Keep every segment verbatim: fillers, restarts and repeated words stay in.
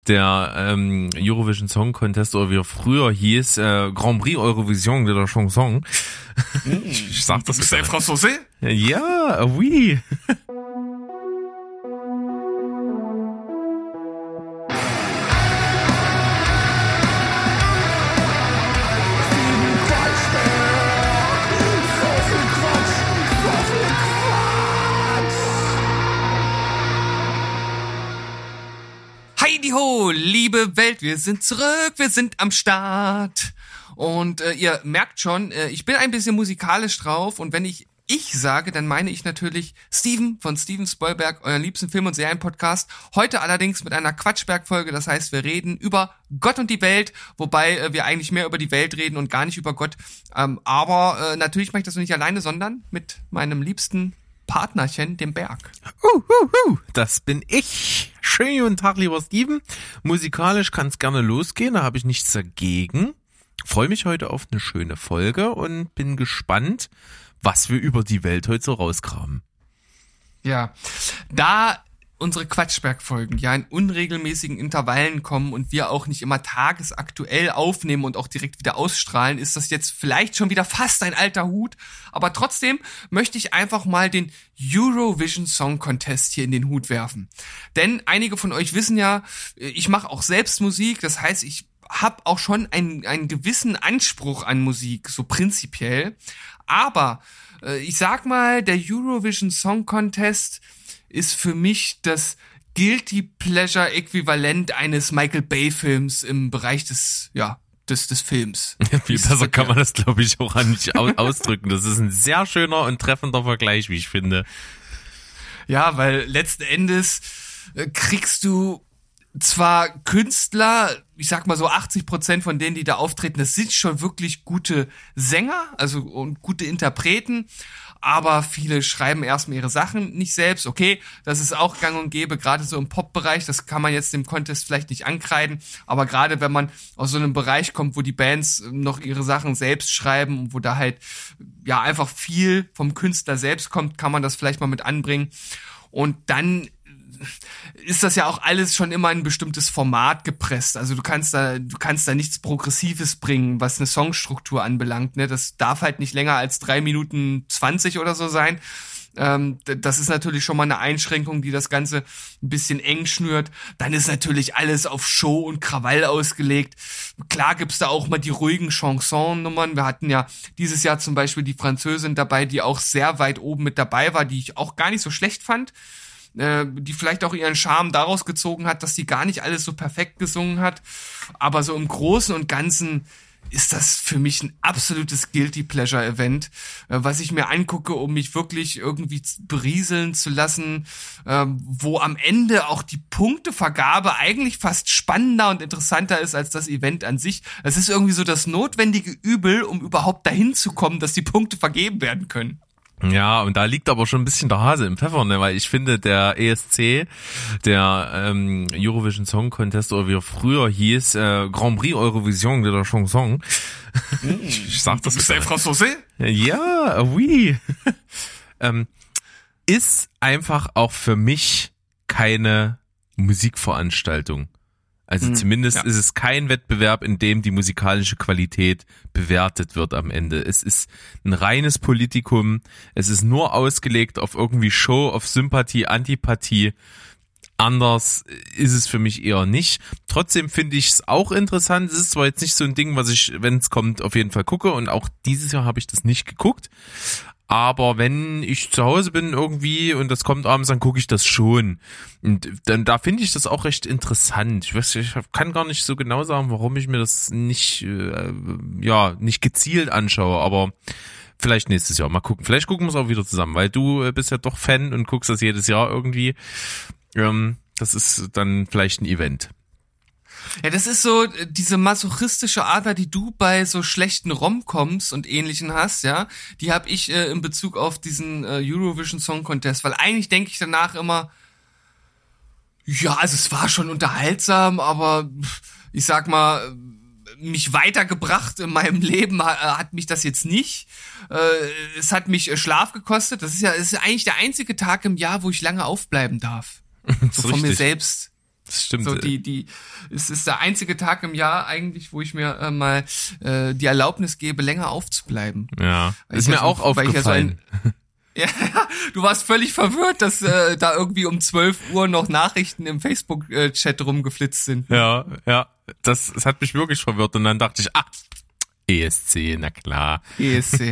der ähm, Eurovision Song Contest, oder wie er früher hieß, äh, Grand Prix Eurovision de la Chanson. Ich sag das C'est français? Ja, oui. Heidi-ho, liebe Welt, wir sind zurück, wir sind am Start. Und äh, ihr merkt schon, äh, ich bin ein bisschen musikalisch drauf und wenn ich ich sage, dann meine ich natürlich Steven von Steven Spoilberg, euren liebsten Film- und Serienpodcast. Heute allerdings mit einer Quatschberg-Folge, das heißt, wir reden über Gott und die Welt, wobei äh, wir eigentlich mehr über die Welt reden und gar nicht über Gott. Ähm, aber äh, natürlich mache ich das nicht alleine, sondern mit meinem liebsten Partnerchen, dem Berg. Uh, uh, uh, das bin ich. Schönen guten Tag, lieber Steven. Musikalisch kann es gerne losgehen, da habe ich nichts dagegen. Freue mich heute auf eine schöne Folge und bin gespannt, was wir über die Welt heute so rauskramen. Ja, da unsere Quatschberg-Folgen ja in unregelmäßigen Intervallen kommen und wir auch nicht immer tagesaktuell aufnehmen und auch direkt wieder ausstrahlen, ist das jetzt vielleicht schon wieder fast ein alter Hut. Aber trotzdem möchte ich einfach mal den Eurovision Song Contest hier in den Hut werfen. Denn einige von euch wissen ja, ich mache auch selbst Musik, das heißt, ich habe auch schon einen, einen gewissen Anspruch an Musik, so prinzipiell. Aber äh, ich sag mal, der Eurovision Song Contest ist für mich das Guilty Pleasure Äquivalent eines Michael Bay Films im Bereich des, ja, des, des Films. Viel besser kann man das, glaube ich, auch nicht ausdrücken. Das ist ein sehr schöner und treffender Vergleich, wie ich finde. Ja, weil letzten Endes äh, kriegst du zwar Künstler, ich sag mal so achtzig Prozent von denen, die da auftreten, das sind schon wirklich gute Sänger, also und gute Interpreten, aber viele schreiben erstmal ihre Sachen nicht selbst. Okay, das ist auch gang und gäbe, gerade so im Pop-Bereich, das kann man jetzt dem Contest vielleicht nicht ankreiden, aber gerade wenn man aus so einem Bereich kommt, wo die Bands noch ihre Sachen selbst schreiben und wo da halt ja einfach viel vom Künstler selbst kommt, kann man das vielleicht mal mit anbringen. Und dann ist das ja auch alles schon immer in ein bestimmtes Format gepresst. Also du kannst da, du kannst da nichts Progressives bringen, was eine Songstruktur anbelangt, ne? Das darf halt nicht länger als drei Minuten zwanzig oder so sein. Ähm, das ist natürlich schon mal eine Einschränkung, die das Ganze ein bisschen eng schnürt. Dann ist natürlich alles auf Show und Krawall ausgelegt. Klar gibt's da auch mal die ruhigen Chanson-Nummern. Wir hatten ja dieses Jahr zum Beispiel die Französin dabei, die auch sehr weit oben mit dabei war, die ich auch gar nicht so schlecht fand. Die vielleicht auch ihren Charme daraus gezogen hat, dass sie gar nicht alles so perfekt gesungen hat. Aber so im Großen und Ganzen ist das für mich ein absolutes Guilty Pleasure Event, was ich mir angucke, um mich wirklich irgendwie berieseln zu lassen, wo am Ende auch die Punktevergabe eigentlich fast spannender und interessanter ist als das Event an sich. Es ist irgendwie so das notwendige Übel, um überhaupt dahin zu kommen, dass die Punkte vergeben werden können. Ja, und da liegt aber schon ein bisschen der Hase im Pfeffer, ne? Weil ich finde, der E S C, der ähm, Eurovision Song Contest, oder wie er früher hieß, äh, Grand Prix Eurovision de la Chanson. Ich sag das. C'est français? Ja, oui. ähm, ist einfach auch für mich keine Musikveranstaltung. Also hm, zumindest ja. ist es kein Wettbewerb, in dem die musikalische Qualität bewertet wird am Ende. Es ist ein reines Politikum. Es ist nur ausgelegt auf irgendwie Show, auf Sympathie, Antipathie. Anders ist es für mich eher nicht. Trotzdem finde ich es auch interessant. Es ist zwar jetzt nicht so ein Ding, was ich, wenn es kommt, auf jeden Fall gucke. Und auch dieses Jahr habe ich das nicht geguckt. Aber wenn ich zu Hause bin irgendwie und das kommt abends, dann gucke ich das schon. Und dann da finde ich das auch recht interessant. Ich weiß, ich kann gar nicht so genau sagen, warum ich mir das nicht, äh, ja, nicht gezielt anschaue. Aber vielleicht nächstes Jahr. Mal gucken. Vielleicht gucken wir es auch wieder zusammen, weil du äh, bist ja doch Fan und guckst das jedes Jahr irgendwie. Ähm, das ist dann vielleicht ein Event. Ja, das ist so diese masochistische Ader, die du bei so schlechten Rom-Coms und Ähnlichen hast, ja. Die habe ich äh, in Bezug auf diesen äh, Eurovision Song Contest, weil eigentlich denke ich danach immer, ja, also es war schon unterhaltsam, aber ich sag mal, mich weitergebracht in meinem Leben hat mich das jetzt nicht. Es hat mich Schlaf gekostet. Das ist ja, das ist eigentlich der einzige Tag im Jahr, wo ich lange aufbleiben darf. So von mir selbst. Das stimmt. So die, die, es ist der einzige Tag im Jahr eigentlich, wo ich mir äh, mal äh, die Erlaubnis gebe, länger aufzubleiben. Ja, weil ist mir ja so, auch aufgefallen. Ja, so ein, ja, du warst völlig verwirrt, dass äh, da irgendwie um zwölf Uhr noch Nachrichten im Facebook-Chat rumgeflitzt sind. Ja, ja, das, das hat mich wirklich verwirrt und dann dachte ich, ah, E S C, na klar. E S C.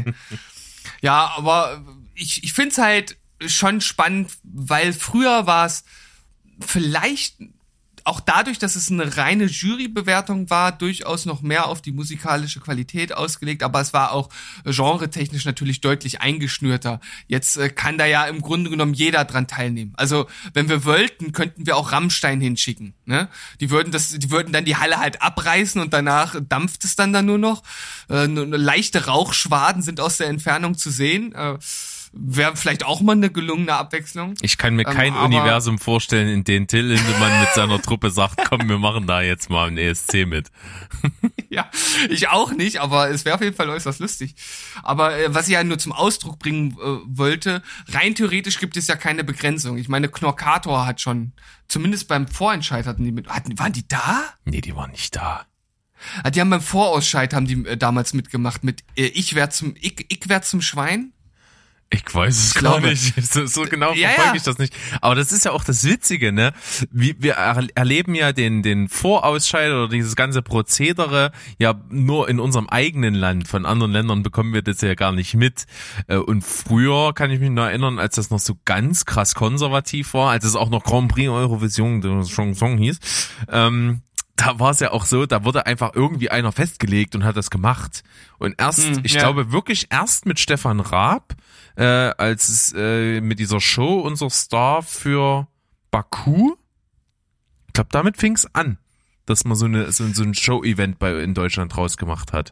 Ja, aber ich, ich find's halt schon spannend, weil früher war es vielleicht auch dadurch, dass es eine reine Jurybewertung war, durchaus noch mehr auf die musikalische Qualität ausgelegt, aber es war auch genretechnisch natürlich deutlich eingeschnürter. Jetzt äh, kann da ja im Grunde genommen jeder dran teilnehmen. Also, wenn wir wollten, könnten wir auch Rammstein hinschicken, ne? Die würden das, die würden dann die Halle halt abreißen und danach dampft es dann da nur noch. Äh, nur leichte Rauchschwaden sind aus der Entfernung zu sehen. Äh, Wäre vielleicht auch mal eine gelungene Abwechslung. Ich kann mir kein ähm, Universum vorstellen, in dem Till Lindemann mit seiner Truppe sagt, komm, wir machen da jetzt mal ein E S C mit. Ja, ich auch nicht, aber es wäre auf jeden Fall äußerst lustig. Aber äh, was ich ja nur zum Ausdruck bringen äh, wollte, rein theoretisch gibt es ja keine Begrenzung. Ich meine, Knorkator hat schon, zumindest beim Vorentscheid hatten die mit, hatten, waren die da? Nee, die waren nicht da. Ah, die haben beim Vorausscheid haben die äh, damals mitgemacht mit äh, Ich werd zum, ich, ich werd zum Schwein. Ich weiß es ich gar glaube. nicht. So, so genau Ja, verfolge ja. ich das nicht. Aber das ist ja auch das Witzige, ne? Wie, wir er, erleben ja den, den Vorausscheid oder dieses ganze Prozedere ja nur in unserem eigenen Land. Von anderen Ländern bekommen wir das ja gar nicht mit. Und früher kann ich mich noch erinnern, als das noch so ganz krass konservativ war, als es auch noch Grand Prix Eurovision, der Chanson hieß, ähm, da war es ja auch so, da wurde einfach irgendwie einer festgelegt und hat das gemacht. Und erst, hm, ich ja. glaube wirklich erst mit Stefan Raab, äh, als es äh, mit dieser Show unser Star für Baku, ich glaube, damit fing es an, dass man so eine so, so ein Show-Event bei in Deutschland rausgemacht hat.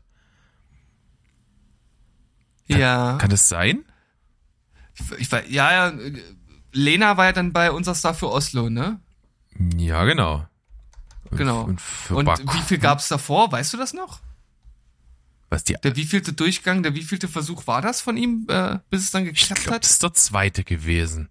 Kann, ja. Kann das sein? Ich, ich war, ja, ja, Lena war ja dann bei unser Star für Oslo, ne? Ja, genau. Und, genau. Und, und wie viel gab's davor? Weißt du das noch? Was die? Der wievielte Durchgang, der wievielte Versuch war das von ihm, äh, bis es dann geklappt ich glaub, hat? Das ist der zweite gewesen.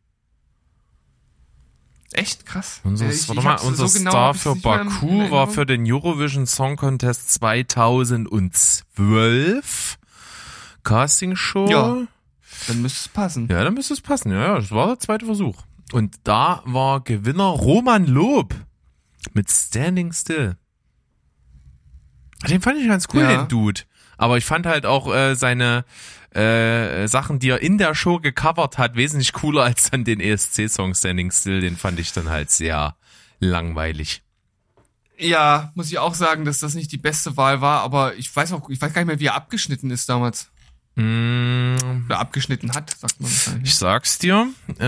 Echt krass. Unser, ich, warte mal, unser so genau Star für Baku war für den Eurovision Song Contest zweitausendzwölf. Castingshow. Ja, dann müsste es passen. Ja, dann müsste es passen. Ja, ja, das war der zweite Versuch. Und da war Gewinner Roman Lob mit Standing Still. Den fand ich ganz cool, ja. Den Dude. Aber ich fand halt auch äh, seine äh, Sachen, die er in der Show gecovert hat, wesentlich cooler als dann den E S C-Song Standing Still. Den fand ich dann halt sehr langweilig. Ja, muss ich auch sagen, dass das nicht die beste Wahl war, aber ich weiß auch, ich weiß gar nicht mehr, wie er abgeschnitten ist damals. Mm. Oder abgeschnitten hat, sagt man wahrscheinlich. Ich sag's dir.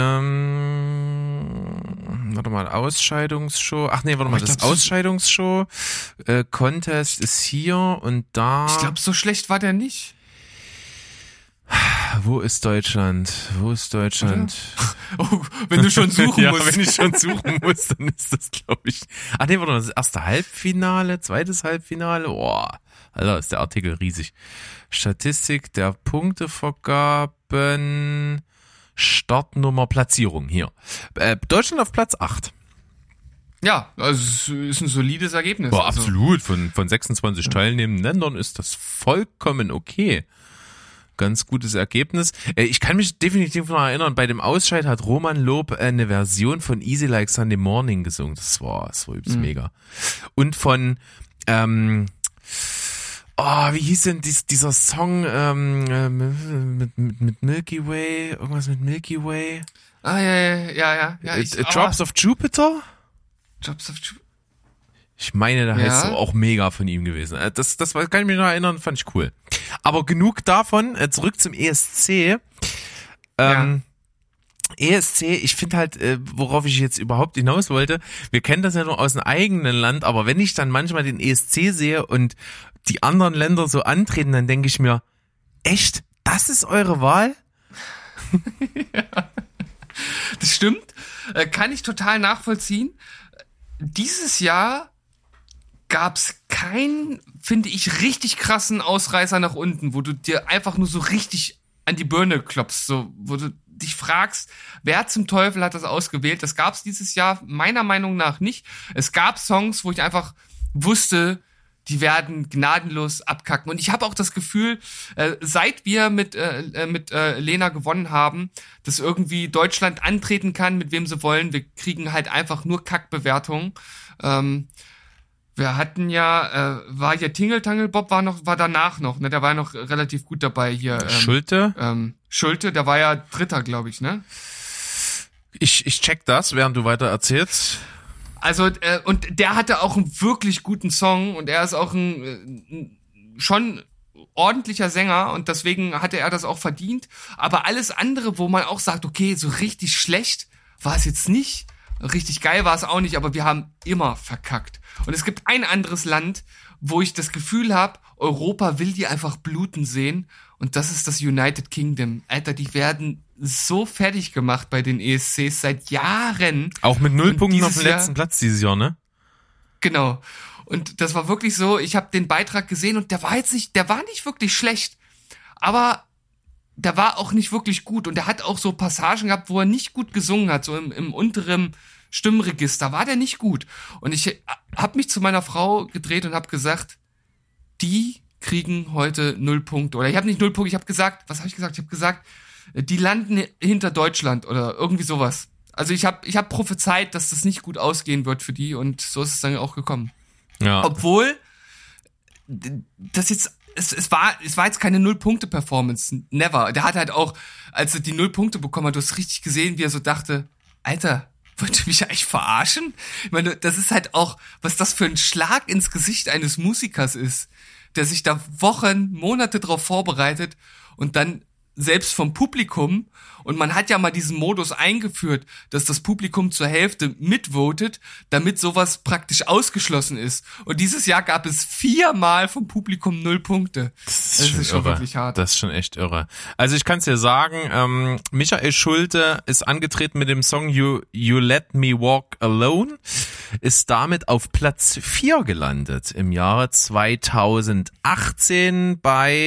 Ähm, warte mal, Ausscheidungsshow. Ach nee, warte mal, das Ausscheidungsshow. Äh, Contest ist hier und da. Ich glaube, so schlecht war der nicht. Wo ist Deutschland? Wo ist Deutschland? Oh, wenn du schon suchen ja, musst. wenn ich schon suchen muss, dann ist das, glaube ich. Ach nee, warte mal, das erste Halbfinale, zweites Halbfinale. Boah, Alter, ist der Artikel riesig. Statistik der Punktevergaben, Startnummer, Platzierung hier. Äh, Deutschland auf Platz acht. Ja, also es ist ein solides Ergebnis. Boah, also. absolut. Von, von sechsundzwanzig ja. teilnehmenden Ländern ist das vollkommen okay. Ganz gutes Ergebnis. Ich kann mich definitiv noch erinnern, bei dem Ausscheid hat Roman Lob eine Version von Easy Like Sunday Morning gesungen. Das war, das war übelst mhm. mega. Und von, ähm, oh, wie hieß denn dies, dieser Song ähm, mit, mit, mit Milky Way? Irgendwas mit Milky Way? Ah, ja, ja, ja, ja. ja ich, Drops oh. of Jupiter? Drops of Jupiter. Ich meine, da heißt ja. so auch mega von ihm gewesen. Das, das kann ich mich noch erinnern, fand ich cool. Aber genug davon, zurück zum E S C. Ähm, ja. E S C, ich finde halt, worauf ich jetzt überhaupt hinaus wollte, wir kennen das ja nur aus dem eigenen Land, aber wenn ich dann manchmal den E S C sehe und die anderen Länder so antreten, dann denke ich mir, echt, das ist eure Wahl? Ja. Das stimmt, kann ich total nachvollziehen. Dieses Jahr gab's keinen, finde ich, richtig krassen Ausreißer nach unten, wo du dir einfach nur so richtig an die Birne klopfst, so, wo du dich fragst, wer zum Teufel hat das ausgewählt? Das gab es dieses Jahr meiner Meinung nach nicht. Es gab Songs, wo ich einfach wusste, die werden gnadenlos abkacken. Und ich habe auch das Gefühl, äh, seit wir mit äh, mit äh, Lena gewonnen haben, dass irgendwie Deutschland antreten kann, mit wem sie wollen. Wir kriegen halt einfach nur Kackbewertungen. Ähm, wir hatten ja, äh, war ja Tingle Tangle Bob war noch, war danach noch, ne? Der war noch relativ gut dabei hier. Ähm, Schulte? Ähm, Schulte, der war ja Dritter, glaube ich, ne? Ich, ich check das, während du weiter erzählst. Also, äh, und der hatte auch einen wirklich guten Song und er ist auch ein, ein schon ordentlicher Sänger und deswegen hatte er das auch verdient. Aber alles andere, wo man auch sagt, okay, so richtig schlecht war es jetzt nicht, richtig geil war es auch nicht, aber wir haben immer verkackt. Und es gibt ein anderes Land, wo ich das Gefühl habe, Europa will die einfach bluten sehen und das ist das United Kingdom. Alter, die werden so fertig gemacht bei den E S Cs seit Jahren. Auch mit null Punkten auf dem letzten Platz dieses Jahr, ne? Genau. Und das war wirklich so, ich habe den Beitrag gesehen und der war jetzt nicht, der war nicht wirklich schlecht, aber der war auch nicht wirklich gut und der hat auch so Passagen gehabt, wo er nicht gut gesungen hat, so im, im unteren Stimmregister war der nicht gut. Und ich habe mich zu meiner Frau gedreht und habe gesagt, die kriegen heute null Punkte. Oder ich habe nicht null Punkte, ich habe gesagt, was habe ich gesagt? Ich habe gesagt, die landen hinter Deutschland oder irgendwie sowas. Also ich habe ich hab prophezeit, dass das nicht gut ausgehen wird für die und so ist es dann auch gekommen. Ja. Obwohl das jetzt es, es war es war jetzt keine Null-Punkte-Performance, never. Der hat halt auch, als er die null Punkte bekommen hat, du hast richtig gesehen, wie er so dachte, Alter, wollt ihr mich eigentlich verarschen? Ich meine, das ist halt auch, was das für ein Schlag ins Gesicht eines Musikers ist, der sich da Wochen, Monate drauf vorbereitet und dann selbst vom Publikum, und man hat ja mal diesen Modus eingeführt, dass das Publikum zur Hälfte mitvotet, damit sowas praktisch ausgeschlossen ist. Und dieses Jahr gab es viermal vom Publikum null Punkte. Das ist, das schon, ist schon irre. wirklich hart. Das ist schon echt irre. Also ich kann es dir sagen, ähm, Michael Schulte ist angetreten mit dem Song You, You Let Me Walk Alone, ist damit auf Platz vier gelandet im Jahre zweitausendachtzehn bei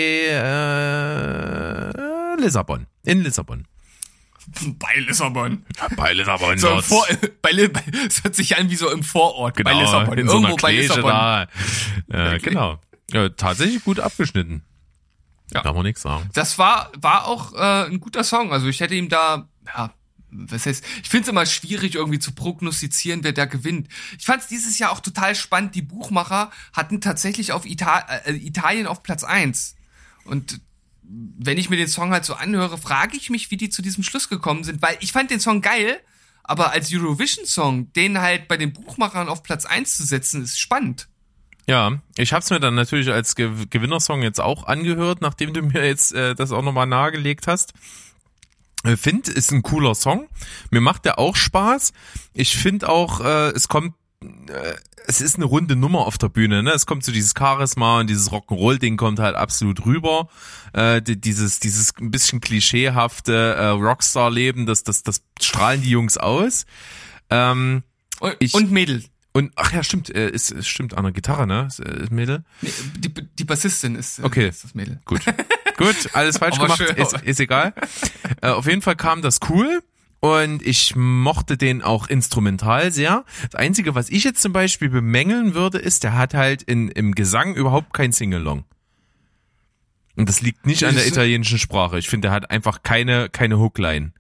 äh, Lissabon. In Lissabon. Bei Lissabon. Ja, bei Lissabon. So im Vor- bei, bei, es hört sich an wie so im Vorort. Genau, bei Lissabon. in Irgendwo so einer bei Klege Lissabon. da. Äh, genau. Ja, tatsächlich gut abgeschnitten. Ja. Kann man nichts sagen. Das war war auch äh, ein guter Song. Also ich hätte ihm da, ja, was heißt, ich finde es immer schwierig irgendwie zu prognostizieren, wer da gewinnt. Ich fand es dieses Jahr auch total spannend. Die Buchmacher hatten tatsächlich auf Ita- äh, Italien auf Platz eins. Und wenn ich mir den Song halt so anhöre, frage ich mich, wie die zu diesem Schluss gekommen sind, weil ich fand den Song geil, aber als Eurovision-Song, den halt bei den Buchmachern auf Platz eins zu setzen, ist spannend. Ja, ich hab's mir dann natürlich als Ge- Gewinnersong jetzt auch angehört, nachdem du mir jetzt äh, das auch nochmal nahegelegt hast. Ich finde, ist ein cooler Song. Mir macht der auch Spaß. Ich finde auch, äh, es kommt äh, es ist eine runde Nummer auf der Bühne, ne? Es kommt so dieses Charisma und dieses Rock'n'Roll-Ding kommt halt absolut rüber. Äh, dieses dieses ein bisschen klischeehafte äh, Rockstar-Leben, das das das strahlen die Jungs aus. Ähm, Und, ich, und Mädel. Und ach ja, stimmt, äh, ist, ist stimmt an der Gitarre, ne? Ist, ist Mädel. Nee, die, die Bassistin ist, äh, okay. ist das Mädel. Gut, gut, alles falsch Aber gemacht, schön. ist, ist egal. Äh, auf jeden Fall kam das cool. Und ich mochte den auch instrumental sehr. Das Einzige, was ich jetzt zum Beispiel bemängeln würde, ist, der hat halt in, im Gesang überhaupt kein Singalong. Und das liegt nicht an der italienischen Sprache. Ich finde, der hat einfach keine, keine Hookline.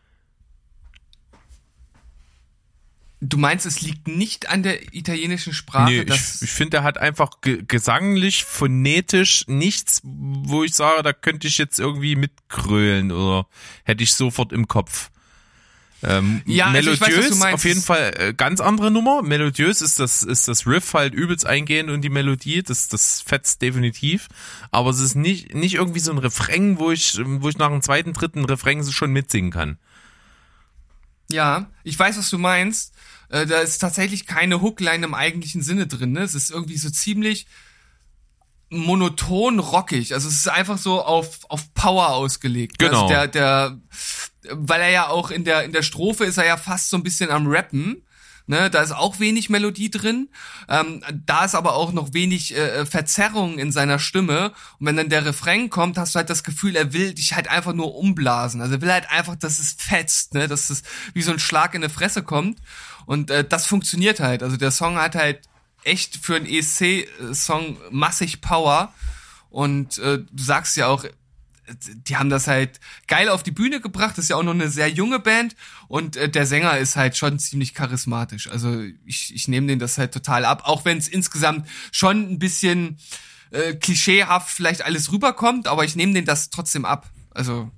Du meinst, es liegt nicht an der italienischen Sprache? Nee, dass ich, ich finde, der hat einfach ge- gesanglich, phonetisch nichts, wo ich sage, da könnte ich jetzt irgendwie mitkrölen oder hätte ich sofort im Kopf. Ähm, Ja, also melodiös, ich weiß, was du meinst. auf jeden Fall äh, ganz andere Nummer. Melodiös ist das ist das Riff halt übelst eingehend und die Melodie, das das fetzt definitiv. Aber es ist nicht nicht irgendwie so ein Refrain, wo ich wo ich nach dem zweiten, dritten Refrain schon mitsingen kann. Ja, ich weiß, was du meinst. Äh, da ist tatsächlich keine Hookline im eigentlichen Sinne drin. Ne? Es ist irgendwie so ziemlich monoton rockig. Also es ist einfach so auf auf Power ausgelegt. Genau. Also der der weil er ja auch in der in der Strophe ist er ja fast so ein bisschen am Rappen, Ne, da ist auch wenig Melodie drin. Ähm, da ist aber auch noch wenig äh, Verzerrung in seiner Stimme. Und wenn dann der Refrain kommt, hast du halt das Gefühl, er will dich halt einfach nur umblasen. Also er will halt einfach, dass es fetzt, ne, dass es wie so ein Schlag in die Fresse kommt. Und äh, das funktioniert halt. Also der Song hat halt echt für einen E S C-Song massig Power. Und äh, du sagst ja auch, die haben das halt geil auf die Bühne gebracht. Das ist ja auch noch eine sehr junge Band und äh, der Sänger ist halt schon ziemlich charismatisch. Also ich, ich nehme den das halt total ab, auch wenn es insgesamt schon ein bisschen äh, klischeehaft vielleicht alles rüberkommt, aber ich nehme den das trotzdem ab. Also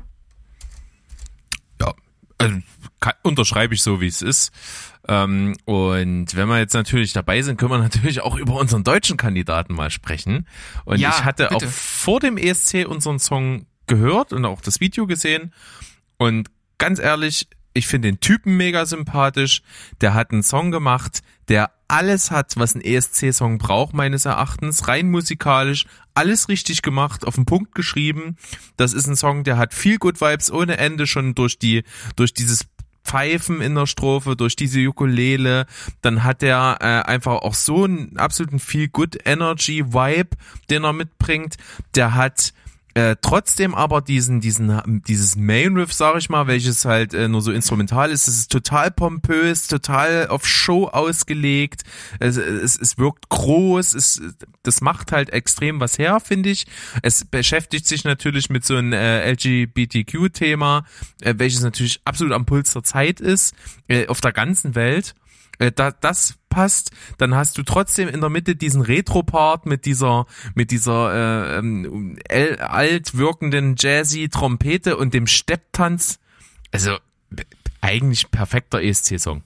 ja, also, kann, unterschreibe ich so, wie es ist. Ähm, und wenn wir jetzt natürlich dabei sind, können wir natürlich auch über unseren deutschen Kandidaten mal sprechen. Und ja, ich hatte bitte. auch vor dem E S C unseren Song gehört und auch das Video gesehen. Und ganz ehrlich, ich finde den Typen mega sympathisch. Der hat einen Song gemacht, der alles hat, was ein E S C-Song braucht, meines Erachtens. Rein musikalisch, alles richtig gemacht, auf den Punkt geschrieben. Das ist ein Song, der hat viel Good Vibes ohne Ende, schon durch die, durch dieses Pfeifen in der Strophe, durch diese Ukulele, dann hat er äh, einfach auch so einen absoluten Feel-Good-Energy-Vibe, den er mitbringt. Der hat äh, trotzdem aber diesen, diesen, dieses Main-Riff, sag ich mal, welches halt äh, nur so instrumental ist. Es ist total pompös, total auf Show ausgelegt. Es, es, es wirkt groß. Es, das macht halt extrem was her, finde ich. Es beschäftigt sich natürlich mit so einem äh, L G B T Q-Thema, äh, welches natürlich absolut am Puls der Zeit ist, äh, auf der ganzen Welt. Äh, da, das passt, dann hast du trotzdem in der Mitte diesen Retro-Part mit dieser mit dieser äh, ähm, alt wirkenden jazzy Trompete und dem Stepptanz. Also eigentlich perfekter E S C-Song.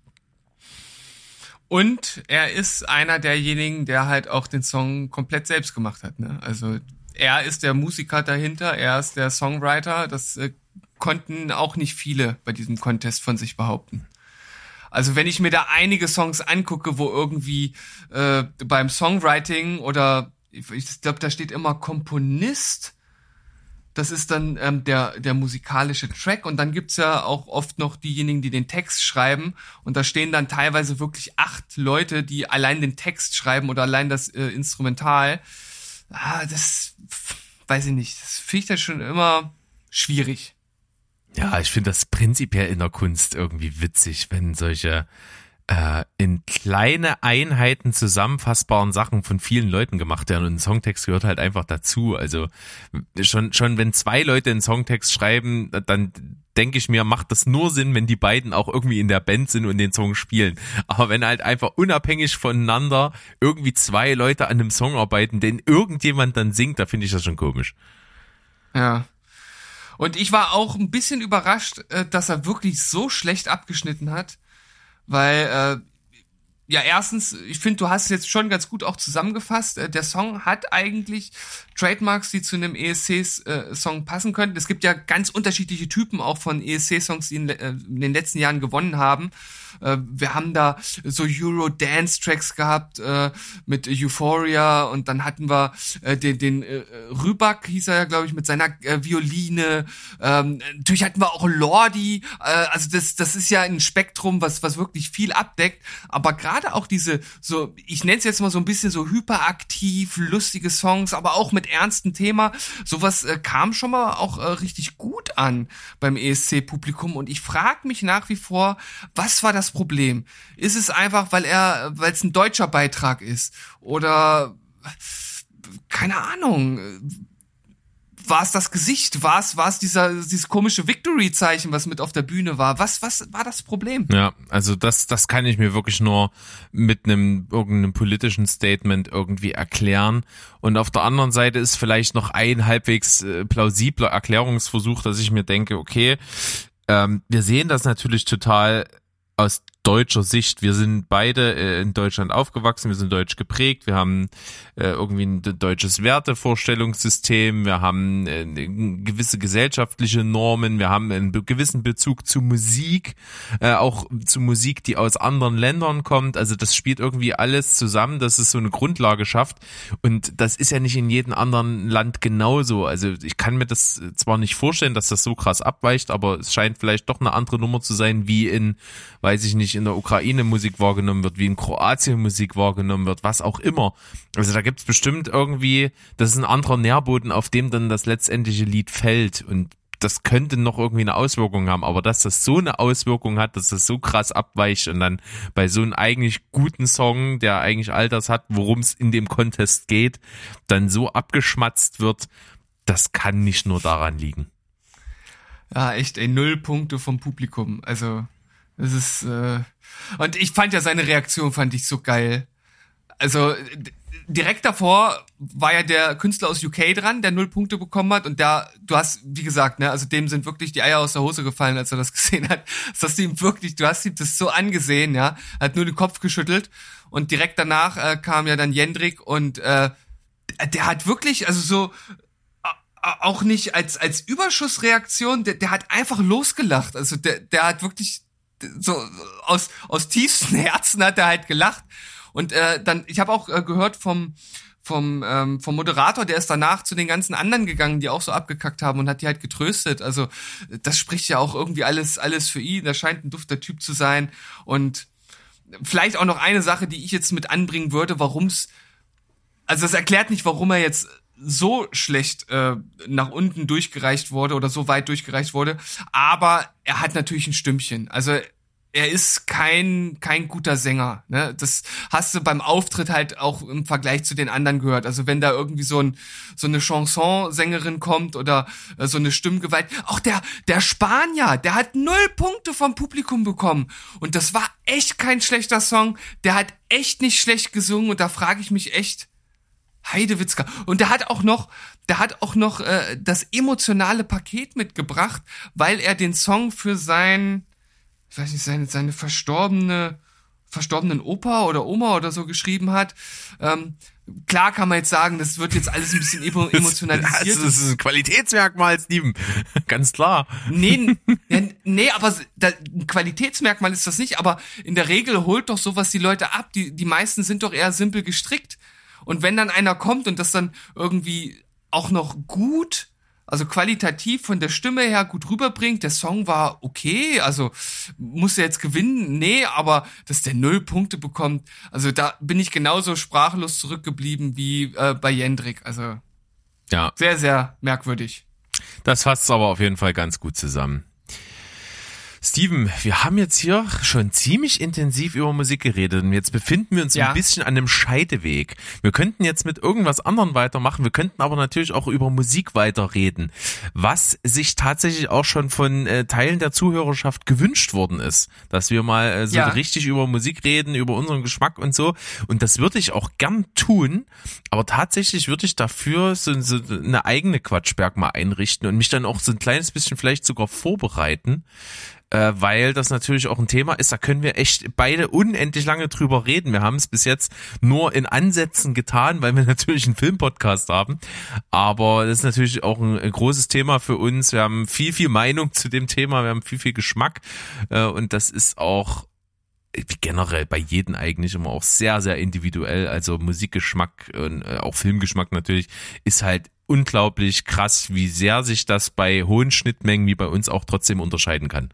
Und er ist einer derjenigen, der halt auch den Song komplett selbst gemacht hat. Ne? Also er ist der Musiker dahinter, er ist der Songwriter. Das äh, konnten auch nicht viele bei diesem Contest von sich behaupten. Also wenn ich mir da einige Songs angucke, wo irgendwie äh, beim Songwriting oder ich glaube, da steht immer Komponist, das ist dann ähm, der der musikalische Track und dann gibt's ja auch oft noch diejenigen, die den Text schreiben und da stehen dann teilweise wirklich acht Leute, die allein den Text schreiben oder allein das äh, Instrumental. Ah, das weiß ich nicht, das finde ich dann schon immer schwierig. Ja, ich finde das prinzipiell in der Kunst irgendwie witzig, wenn solche äh, in kleine Einheiten zusammenfassbaren Sachen von vielen Leuten gemacht werden und ein Songtext gehört halt einfach dazu. Also schon schon wenn zwei Leute einen Songtext schreiben, dann denke ich mir, macht das nur Sinn, wenn die beiden auch irgendwie in der Band sind und den Song spielen. Aber wenn halt einfach unabhängig voneinander irgendwie zwei Leute an einem Song arbeiten, den irgendjemand dann singt, da finde ich das schon komisch. Ja. Und ich war auch ein bisschen überrascht, dass er wirklich so schlecht abgeschnitten hat, weil, äh, ja, erstens, ich finde, du hast es jetzt schon ganz gut auch zusammengefasst. Der Song hat eigentlich Trademarks, die zu einem E S C-Song passen könnten. Es gibt ja ganz unterschiedliche Typen auch von E S C-Songs, die in, in den letzten Jahren gewonnen haben. Wir haben da so Euro-Dance-Tracks gehabt äh, mit Euphoria und dann hatten wir äh, den, den äh, Rybak, hieß er ja, glaube ich, mit seiner äh, Violine. Ähm, natürlich hatten wir auch Lordi. Äh, also das das ist ja ein Spektrum, was was wirklich viel abdeckt. Aber gerade auch diese, so ich nenne es jetzt mal so ein bisschen so hyperaktiv, lustige Songs, aber auch mit ernstem Thema. Sowas äh, kam schon mal auch äh, richtig gut an beim E S C-Publikum. Und ich frage mich nach wie vor, was war das Problem? Ist es einfach, weil er, weil es ein deutscher Beitrag ist? Oder keine Ahnung. War es das Gesicht? War es, war es dieser, dieses komische Victory-Zeichen, was mit auf der Bühne war? Was, was war das Problem? Ja, also das, das kann ich mir wirklich nur mit einem, irgendeinem politischen Statement irgendwie erklären. Und auf der anderen Seite ist vielleicht noch ein halbwegs äh, plausibler Erklärungsversuch, dass ich mir denke, okay, ähm, wir sehen das natürlich total aus deutscher Sicht. Wir sind beide äh, in Deutschland aufgewachsen, wir sind deutsch geprägt, wir haben äh, irgendwie ein deutsches Wertevorstellungssystem, wir haben äh, gewisse gesellschaftliche Normen, wir haben einen be- gewissen Bezug zu Musik, äh, auch zu Musik, die aus anderen Ländern kommt. Also das spielt irgendwie alles zusammen, dass es so eine Grundlage schafft und das ist ja nicht in jedem anderen Land genauso. Also ich kann mir das zwar nicht vorstellen, dass das so krass abweicht, aber es scheint vielleicht doch eine andere Nummer zu sein, wie in, weiß ich nicht, in der Ukraine Musik wahrgenommen wird, wie in Kroatien Musik wahrgenommen wird, was auch immer. Also da gibt's bestimmt irgendwie, das ist ein anderer Nährboden, auf dem dann das letztendliche Lied fällt und das könnte noch irgendwie eine Auswirkung haben, aber dass das so eine Auswirkung hat, dass das so krass abweicht und dann bei so einem eigentlich guten Song, der eigentlich all das hat, worum es in dem Contest geht, dann so abgeschmatzt wird, das kann nicht nur daran liegen. Ja, echt, ey, null Punkte vom Publikum. Also, das ist, äh, und ich fand ja seine Reaktion, fand ich so geil. Also, d- direkt davor war ja der Künstler aus U K dran, der null Punkte bekommen hat und da, du hast, wie gesagt, ne, also dem sind wirklich die Eier aus der Hose gefallen, als er das gesehen hat. Das hast du ihm wirklich, du hast ihm das so angesehen, ja, hat nur den Kopf geschüttelt und direkt danach äh, kam ja dann Jendrik und äh, der hat wirklich, also so, auch nicht als als Überschussreaktion, der, der hat einfach losgelacht. Also der der hat wirklich so aus aus tiefstem Herzen hat er halt gelacht. Und äh, dann, ich habe auch äh, gehört vom vom ähm, vom Moderator, der ist danach zu den ganzen anderen gegangen, die auch so abgekackt haben und hat die halt getröstet. Also das spricht ja auch irgendwie alles alles für ihn. Da scheint ein dufter Typ zu sein. Und vielleicht auch noch eine Sache, die ich jetzt mit anbringen würde, warum's, also das erklärt nicht, warum er jetzt so schlecht äh, nach unten durchgereicht wurde oder so weit durchgereicht wurde, aber er hat natürlich ein Stimmchen. Also er ist kein kein guter Sänger, ne? Das hast du beim Auftritt halt auch im Vergleich zu den anderen gehört. Also wenn da irgendwie so ein so eine Chansonsängerin kommt oder äh, so eine Stimmgewalt, auch der der Spanier, der hat null Punkte vom Publikum bekommen und das war echt kein schlechter Song. Der hat echt nicht schlecht gesungen und da frage ich mich echt, Heidewitzka. Und der hat auch noch, der hat auch noch äh, das emotionale Paket mitgebracht, weil er den Song für sein, ich weiß nicht, seine, seine verstorbene, verstorbenen Opa oder Oma oder so geschrieben hat. Ähm, klar kann man jetzt sagen, das wird jetzt alles ein bisschen emo- emotionalisiert. Das ist ein Qualitätsmerkmal, Steven. Ganz klar. Nee, ja, nee, aber da, ein Qualitätsmerkmal ist das nicht, aber in der Regel holt doch sowas die Leute ab. Die, die meisten sind doch eher simpel gestrickt. Und wenn dann einer kommt und das dann irgendwie auch noch gut, also qualitativ von der Stimme her gut rüberbringt, der Song war okay, also muss er jetzt gewinnen? Nee, aber dass der null Punkte bekommt, also da bin ich genauso sprachlos zurückgeblieben wie äh, bei Jendrik, also ja, sehr, sehr merkwürdig. Das fasst aber auf jeden Fall ganz gut zusammen. Steven, wir haben jetzt hier schon ziemlich intensiv über Musik geredet und jetzt befinden wir uns ja. ein bisschen an einem Scheideweg. Wir könnten jetzt mit irgendwas anderem weitermachen, wir könnten aber natürlich auch über Musik weiterreden, was sich tatsächlich auch schon von äh, Teilen der Zuhörerschaft gewünscht worden ist, dass wir mal äh, so ja. richtig über Musik reden, über unseren Geschmack und so, und das würde ich auch gern tun, aber tatsächlich würde ich dafür so, so eine eigene Quatschberg mal einrichten und mich dann auch so ein kleines bisschen vielleicht sogar vorbereiten, Äh, weil das natürlich auch ein Thema ist, da können wir echt beide unendlich lange drüber reden. Wir haben es bis jetzt nur in Ansätzen getan, weil wir natürlich einen Filmpodcast haben, aber das ist natürlich auch ein, ein großes Thema für uns. Wir haben viel, viel Meinung zu dem Thema, wir haben viel, viel Geschmack äh, und das ist auch wie generell bei jedem eigentlich immer auch sehr, sehr individuell. Also Musikgeschmack und äh, auch Filmgeschmack natürlich ist halt unglaublich krass, wie sehr sich das bei hohen Schnittmengen wie bei uns auch trotzdem unterscheiden kann.